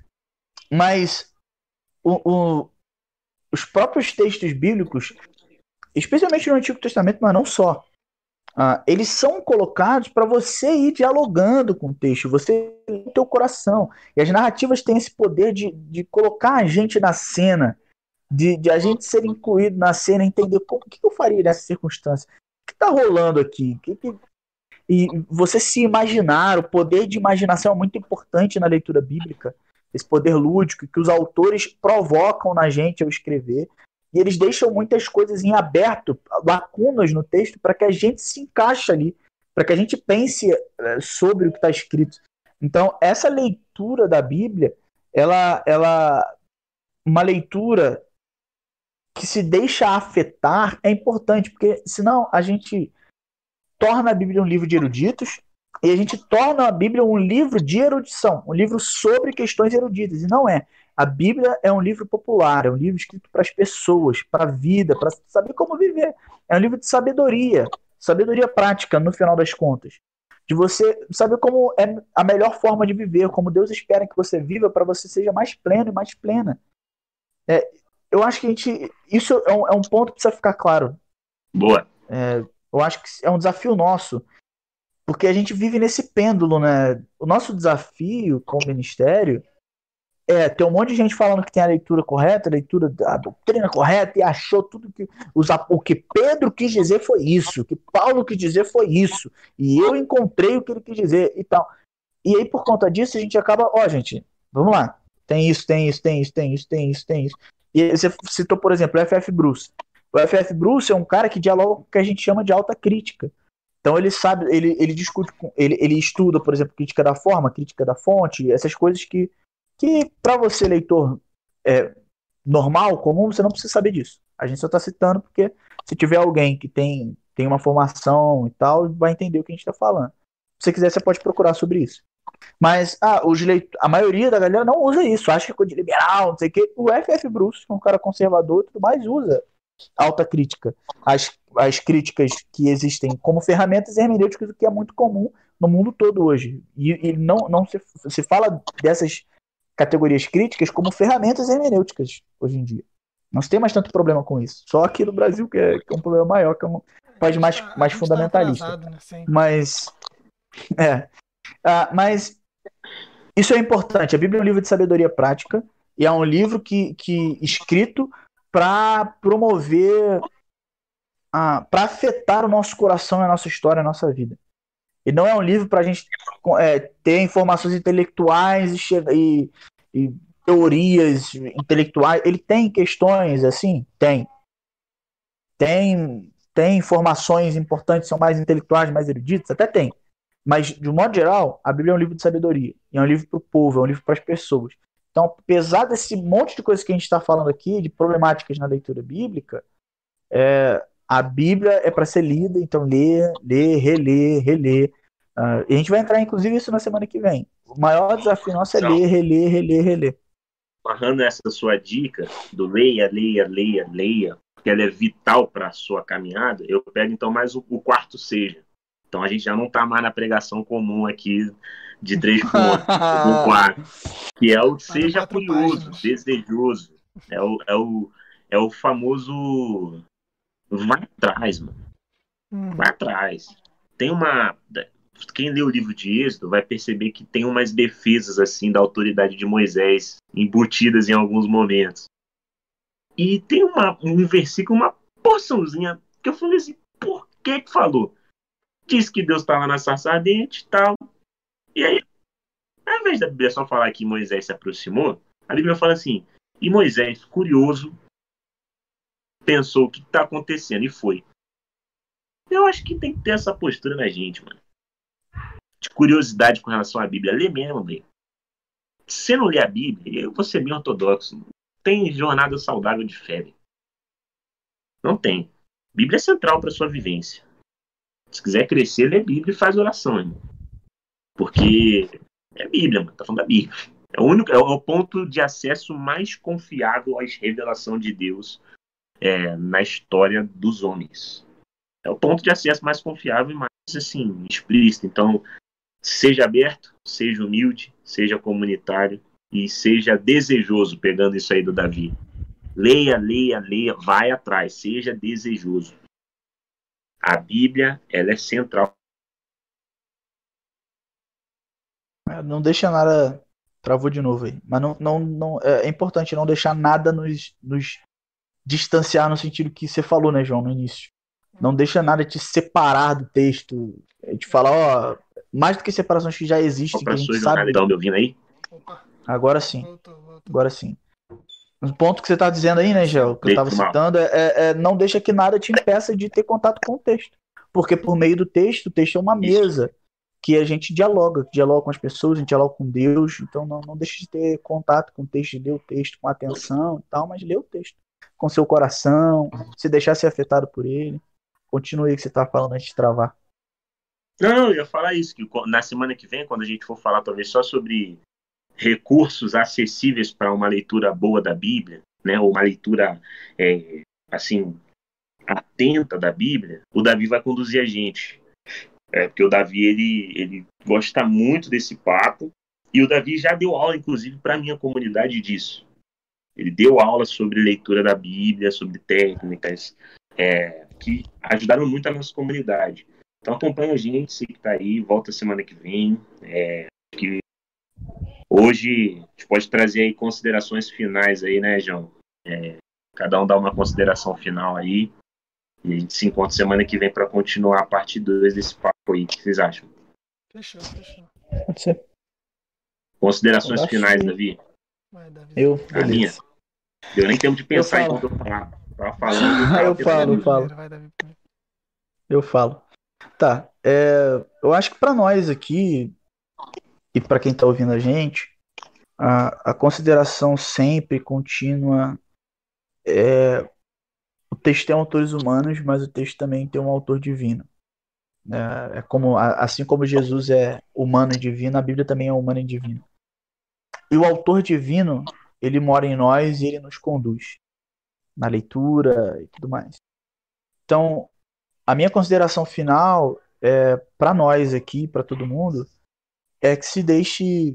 mas o, o, os próprios textos bíblicos, especialmente no Antigo Testamento, mas não só, Ah, eles são colocados para você ir dialogando com o texto, você ler o teu coração. E as narrativas têm esse poder de, de colocar a gente na cena, de, de a gente ser incluído na cena, entender como, o que eu faria nessa circunstância, o que está rolando aqui, o que, que e você se imaginar, o poder de imaginação é muito importante na leitura bíblica, esse poder lúdico que os autores provocam na gente ao escrever, e eles deixam muitas coisas em aberto, lacunas no texto, para que a gente se encaixe ali, para que a gente pense é, sobre o que está escrito. Então, essa leitura da Bíblia, ela, ela, uma leitura que se deixa afetar é importante, porque senão a gente torna a Bíblia um livro de eruditos e a gente torna a Bíblia um livro de erudição, um livro sobre questões eruditas. E não é. A Bíblia é um livro popular, é um livro escrito para as pessoas, para a vida, para saber como viver. É um livro de sabedoria, sabedoria prática, no final das contas. De você saber como é a melhor forma de viver, como Deus espera que você viva para você seja mais pleno e mais plena. É, eu acho que a gente. Isso é um, é um ponto que precisa ficar claro. Boa. É, eu acho que é um desafio nosso, porque a gente vive nesse pêndulo, né? O nosso desafio como ministério é ter um monte de gente falando que tem a leitura correta, a leitura, a doutrina correta, e achou tudo que os, o que Pedro quis dizer foi isso, o que Paulo quis dizer foi isso, e eu encontrei o que ele quis dizer e tal. E aí, por conta disso, a gente acaba, ó, gente, vamos lá, tem isso, tem isso, tem isso, tem isso, tem isso, tem isso. E você citou, por exemplo, o F F Bruce. O F F Bruce é um cara que dialoga com o que a gente chama de alta crítica. Então ele sabe, ele, ele discute, com, ele, ele estuda, por exemplo, crítica da forma, crítica da fonte, essas coisas que, que para você, leitor é, normal, comum, você não precisa saber disso. A gente só está citando porque se tiver alguém que tem, tem uma formação e tal, vai entender o que a gente está falando. Se você quiser, você pode procurar sobre isso. Mas ah, os leitos, a maioria da galera não usa isso, acha que é coisa de liberal, não sei o quê. O F F Bruce, que é um cara conservador, tudo mais, usa alta crítica. As, as críticas que existem como ferramentas hermenêuticas, o que é muito comum no mundo todo hoje. E, e não, não se, se fala dessas categorias críticas como ferramentas hermenêuticas hoje em dia. Não se tem mais tanto problema com isso. Só aqui no Brasil que é, que é um problema maior, que é um país mais, tá, mais fundamentalista. Tá atrasado, né? Mas é. Ah, mas isso é importante. A Bíblia é um livro de sabedoria prática e é um livro que, que escrito para promover, ah, para afetar o nosso coração, a nossa história, a nossa vida. E não é um livro para a gente é, ter informações intelectuais e, e, e teorias intelectuais. Ele tem questões assim? Tem. Tem, tem informações importantes, são mais intelectuais, mais eruditas? Até tem. Mas, de um modo geral, a Bíblia é um livro de sabedoria. E é um livro para o povo, é um livro para as pessoas. Então, apesar desse monte de coisas que a gente está falando aqui, de problemáticas na leitura bíblica, é, a Bíblia é para ser lida, então ler, ler, reler, reler. Uh, e a gente vai entrar, inclusive, isso na semana que vem. O maior desafio nosso é Então, ler, reler, reler, reler. Amarrando essa sua dica do leia, leia, leia, leia, porque ela é vital para a sua caminhada, eu pego então mais o, o quarto seja. Então a gente já não está mais na pregação comum aqui de três pontos, do quatro, que é o seja curioso, páginas. Desejoso. É o, é, o, é o famoso vai atrás, mano. Hum. Vai atrás. Tem uma... Quem lê o livro de Êxodo vai perceber que tem umas defesas assim da autoridade de Moisés embutidas em alguns momentos. E tem uma, um versículo, uma porçãozinha que eu falei assim, por que que falou? Diz que Deus estava na sarça ardente e tal. E aí, ao invés da Bíblia só falar que Moisés se aproximou, a Bíblia fala assim, e Moisés, curioso, pensou o que está acontecendo e foi. Eu acho que tem que ter essa postura na gente, mano. De curiosidade com relação à Bíblia. Lê mesmo, velho. Se você não lê a Bíblia, eu vou ser bem ortodoxo. Não tem jornada saudável de fé. Véio. Não tem. Bíblia é central para sua vivência. Se quiser crescer, lê a Bíblia e faz oração, irmão. Porque é Bíblia, mano. Tá falando da Bíblia. É o, único, é o ponto de acesso mais confiável à revelação de Deus é, na história dos homens. É o ponto de acesso mais confiável e mais, assim, explícito. Então, seja aberto, seja humilde, seja comunitário e seja desejoso, pegando isso aí do Davi. Leia, leia, leia, vai atrás, seja desejoso. A Bíblia, ela é central. Não deixa nada. Travou de novo aí. Mas não, não, não, é importante não deixar nada nos, nos distanciar no sentido que você falou, né, João, no início. Não deixa nada te separar do texto. Te falar, ó, mais do que separações que já existem, que a gente sabe. Estão me ouvindo aí? Opa, Agora sim. voltou, voltou. Agora sim. O ponto que você está dizendo aí, né, Gel, que eu estava citando, é, é, é não deixa que nada te impeça de ter contato com o texto. Porque por meio do texto, o texto é uma mesa que a gente dialoga, dialoga com as pessoas, a gente dialoga com Deus, então não, não deixe de ter contato com o texto, de ler o texto com atenção e tal, mas lê o texto com seu coração, se deixar ser afetado por ele. Continue aí que você estava falando antes de travar. Não, eu ia falar isso, que na semana que vem, quando a gente for falar talvez só sobre recursos acessíveis para uma leitura boa da Bíblia, né, ou uma leitura, é, assim, atenta da Bíblia, o Davi vai conduzir a gente. É, porque o Davi, ele, ele gosta muito desse papo, e o Davi já deu aula, inclusive, para a minha comunidade disso. Ele deu aula sobre leitura da Bíblia, sobre técnicas, é, que ajudaram muito a nossa comunidade. Então acompanha a gente, você que está aí, volta semana que vem. É, que hoje a gente pode trazer aí considerações finais aí, né, João? É, cada um dá uma consideração final aí. E a gente se encontra semana que vem para continuar a parte dois desse papo aí. O que vocês acham? Fechou, fechou. Pode ser. Considerações Eu finais, acho- Davi? Vai, Davi. Eu, A minha? beleza. Deu nem tempo de pensar falo. enquanto eu falava. Tava Vai, falando. Davi, tava Eu pensando. falo, eu falo. primeiro, vai, Davi, primeiro. Eu falo. Tá, é, eu acho que para nós aqui, e para quem está ouvindo a gente, a, a consideração sempre contínua é o texto tem autores humanos, mas o texto também tem um autor divino. É, é como, a- assim como Jesus é humano e divino, a Bíblia também é humana e divina. E o autor divino, ele mora em nós e ele nos conduz na leitura e tudo mais. Então, a minha consideração final é para nós aqui, para todo mundo, é que se deixe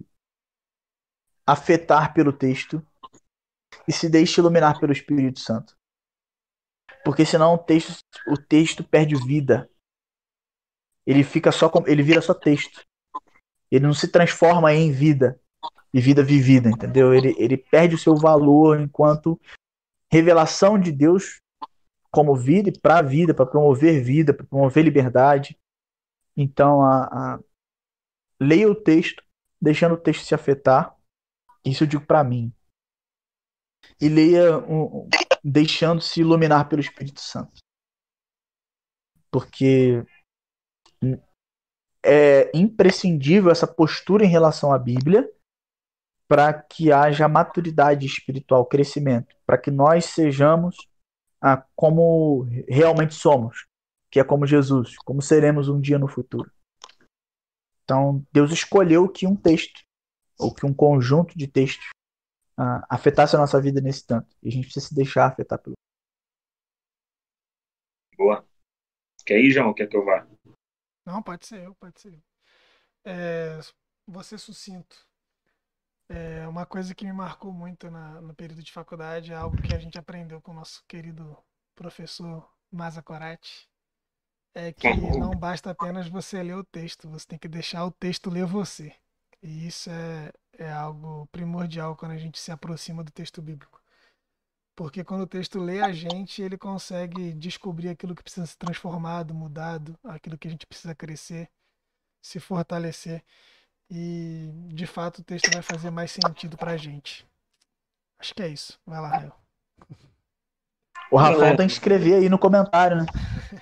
afetar pelo texto e se deixe iluminar pelo Espírito Santo. Porque senão o texto, o texto perde vida. Ele fica só com, ele vira só texto. Ele não se transforma em vida e vida vivida, entendeu? Ele, ele perde o seu valor enquanto revelação de Deus como vida e para a vida, para promover vida, para promover liberdade. Então, a, a, leia o texto, deixando o texto se afetar. Isso eu digo para mim. E leia um, um, deixando-se iluminar pelo Espírito Santo. Porque é imprescindível essa postura em relação à Bíblia para que haja maturidade espiritual, crescimento, para que nós sejamos ah, como realmente somos, que é como Jesus, como seremos um dia no futuro. Então, Deus escolheu que um texto, ou que um conjunto de textos ah, afetasse a nossa vida nesse tanto. E a gente precisa se deixar afetar pelo. Boa. Quer ir, João? Quer que eu vá? Não, pode ser eu, pode ser eu. É, vou ser sucinto. É, uma coisa que me marcou muito na, no período de faculdade é algo que a gente aprendeu com o nosso querido professor Masa Corati. É que não basta apenas você ler o texto, você tem que deixar o texto ler você. E isso é, é algo primordial quando a gente se aproxima do texto bíblico. Porque quando o texto lê a gente, ele consegue descobrir aquilo que precisa ser transformado, mudado, aquilo que a gente precisa crescer, se fortalecer. E de fato o texto vai fazer mais sentido pra gente. Acho que é isso. Vai lá, Rael. O Rafael tem que escrever aí no comentário, né?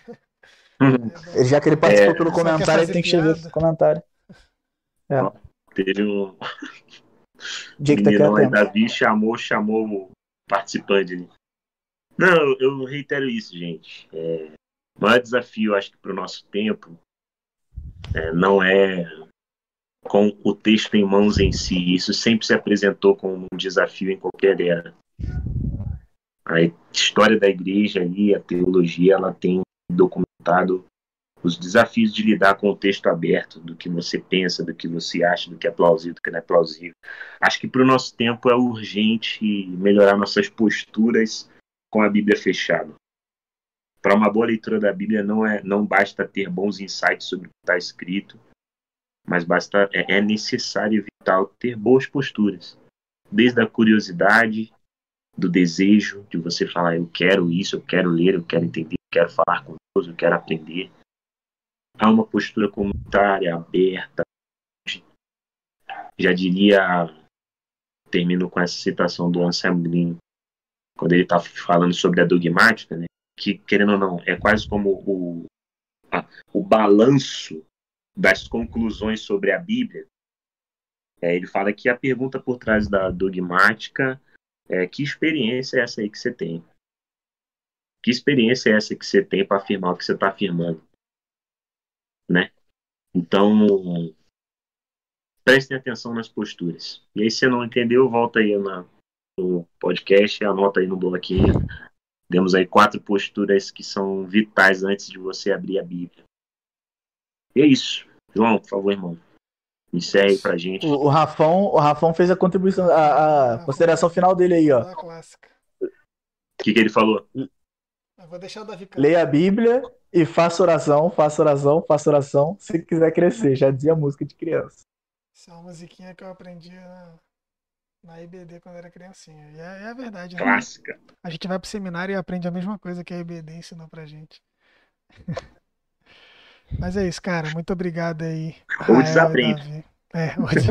Já que ele participou É, pelo só quer comentário, ele fazer tem que escrever piada. no comentário. É. Teve um O dia que tá aqui meninão aí, atento. Davi, chamou, chamou o participante. Né? Não, eu, eu reitero isso, gente. É, o maior desafio, acho que para o nosso tempo, é, não é com o texto em mãos em si. Isso sempre se apresentou como um desafio em qualquer era. A história da igreja ali, a teologia, ela tem documentado os desafios de lidar com o texto aberto, do que você pensa, do que você acha, do que é plausível, do que não é plausível. Acho que para o nosso tempo é urgente melhorar nossas posturas com a Bíblia fechada. Para uma boa leitura da Bíblia não, é, não basta ter bons insights sobre o que está escrito, mas basta, é, é necessário e vital ter boas posturas. Desde a curiosidade, do desejo de você falar, eu quero isso, eu quero ler, eu quero entender, eu quero falar com Deus, eu quero aprender. Há uma postura comunitária, aberta. Já diria, termino com essa citação do Anselmo Green, quando ele está falando sobre a dogmática, né? Que, querendo ou não, é quase como o, a, o balanço das conclusões sobre a Bíblia. É, ele fala que a pergunta por trás da dogmática é: que experiência é essa aí que você tem? Que experiência é essa que você tem para afirmar o que você está afirmando? Né? Então, prestem atenção nas posturas. E aí, se você não entendeu, volta aí na, no podcast, anota aí no bloquinho. Demos aí quatro posturas que são vitais antes de você abrir a Bíblia. E é isso. João, por favor, irmão. Encerre pra gente. O, o, Rafão, o Rafão fez a contribuição, a, a consideração final dele aí, ó. Da clássica. O que, que ele falou? Eu vou deixar o Davi cantar. Leia a Bíblia e faça oração, faça oração, faça oração, se quiser crescer. Já dizia música de criança. Essa é uma musiquinha que eu aprendi na, na I B D quando era criancinha. E é, é a verdade, né? Clássica. A gente vai pro seminário e aprende a mesma coisa que a I B D ensinou pra gente. Mas é isso, cara. Muito obrigado aí. Ou Rael e desaprende. Davi. É, hoje.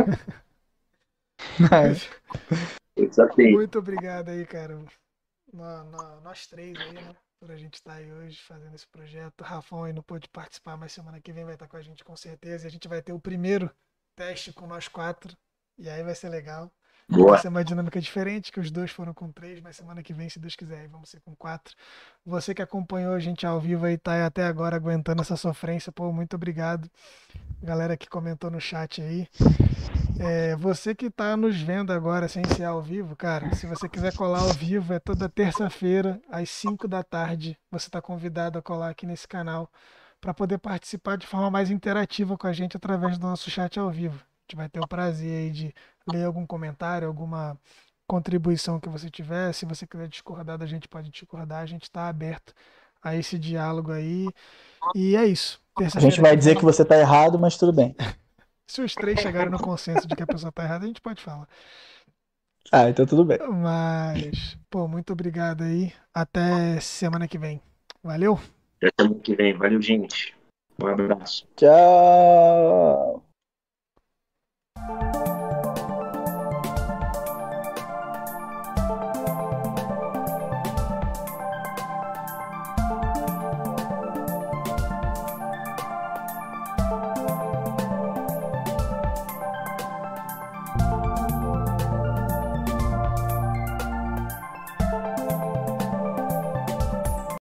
Ou desaprende. Muito obrigado aí, cara. No- no- nós três aí, né? Por a gente estar aí hoje fazendo esse projeto. O Rafão aí não pôde participar, mas semana que vem vai estar com a gente com certeza. E a gente vai ter o primeiro teste com nós quatro. E aí vai ser legal. Vai Boa. ser uma dinâmica diferente, que os dois foram com três, mas semana que vem, se Deus quiser, aí vamos ser com quatro. Você que acompanhou a gente ao vivo aí, tá até agora aguentando essa sofrência, pô, muito obrigado. Galera que comentou no chat aí. É, você que tá nos vendo agora sem ser ao vivo, cara, se você quiser colar ao vivo, é toda terça-feira, às cinco da tarde. Você tá convidado a colar aqui nesse canal para poder participar de forma mais interativa com a gente através do nosso chat ao vivo. A gente vai ter o prazer aí de ler algum comentário, alguma contribuição que você tiver. Se você quiser discordar da gente, pode discordar. A gente está aberto a esse diálogo aí. E é isso. A gente vai dizer vem. que você tá errado, mas tudo bem. Se os três chegarem no consenso de que a pessoa tá errada, a gente pode falar. Ah, então tudo bem. Mas, pô, muito obrigado aí. Até semana que vem. Valeu? Até semana que vem. Valeu, gente. Um abraço. Tchau.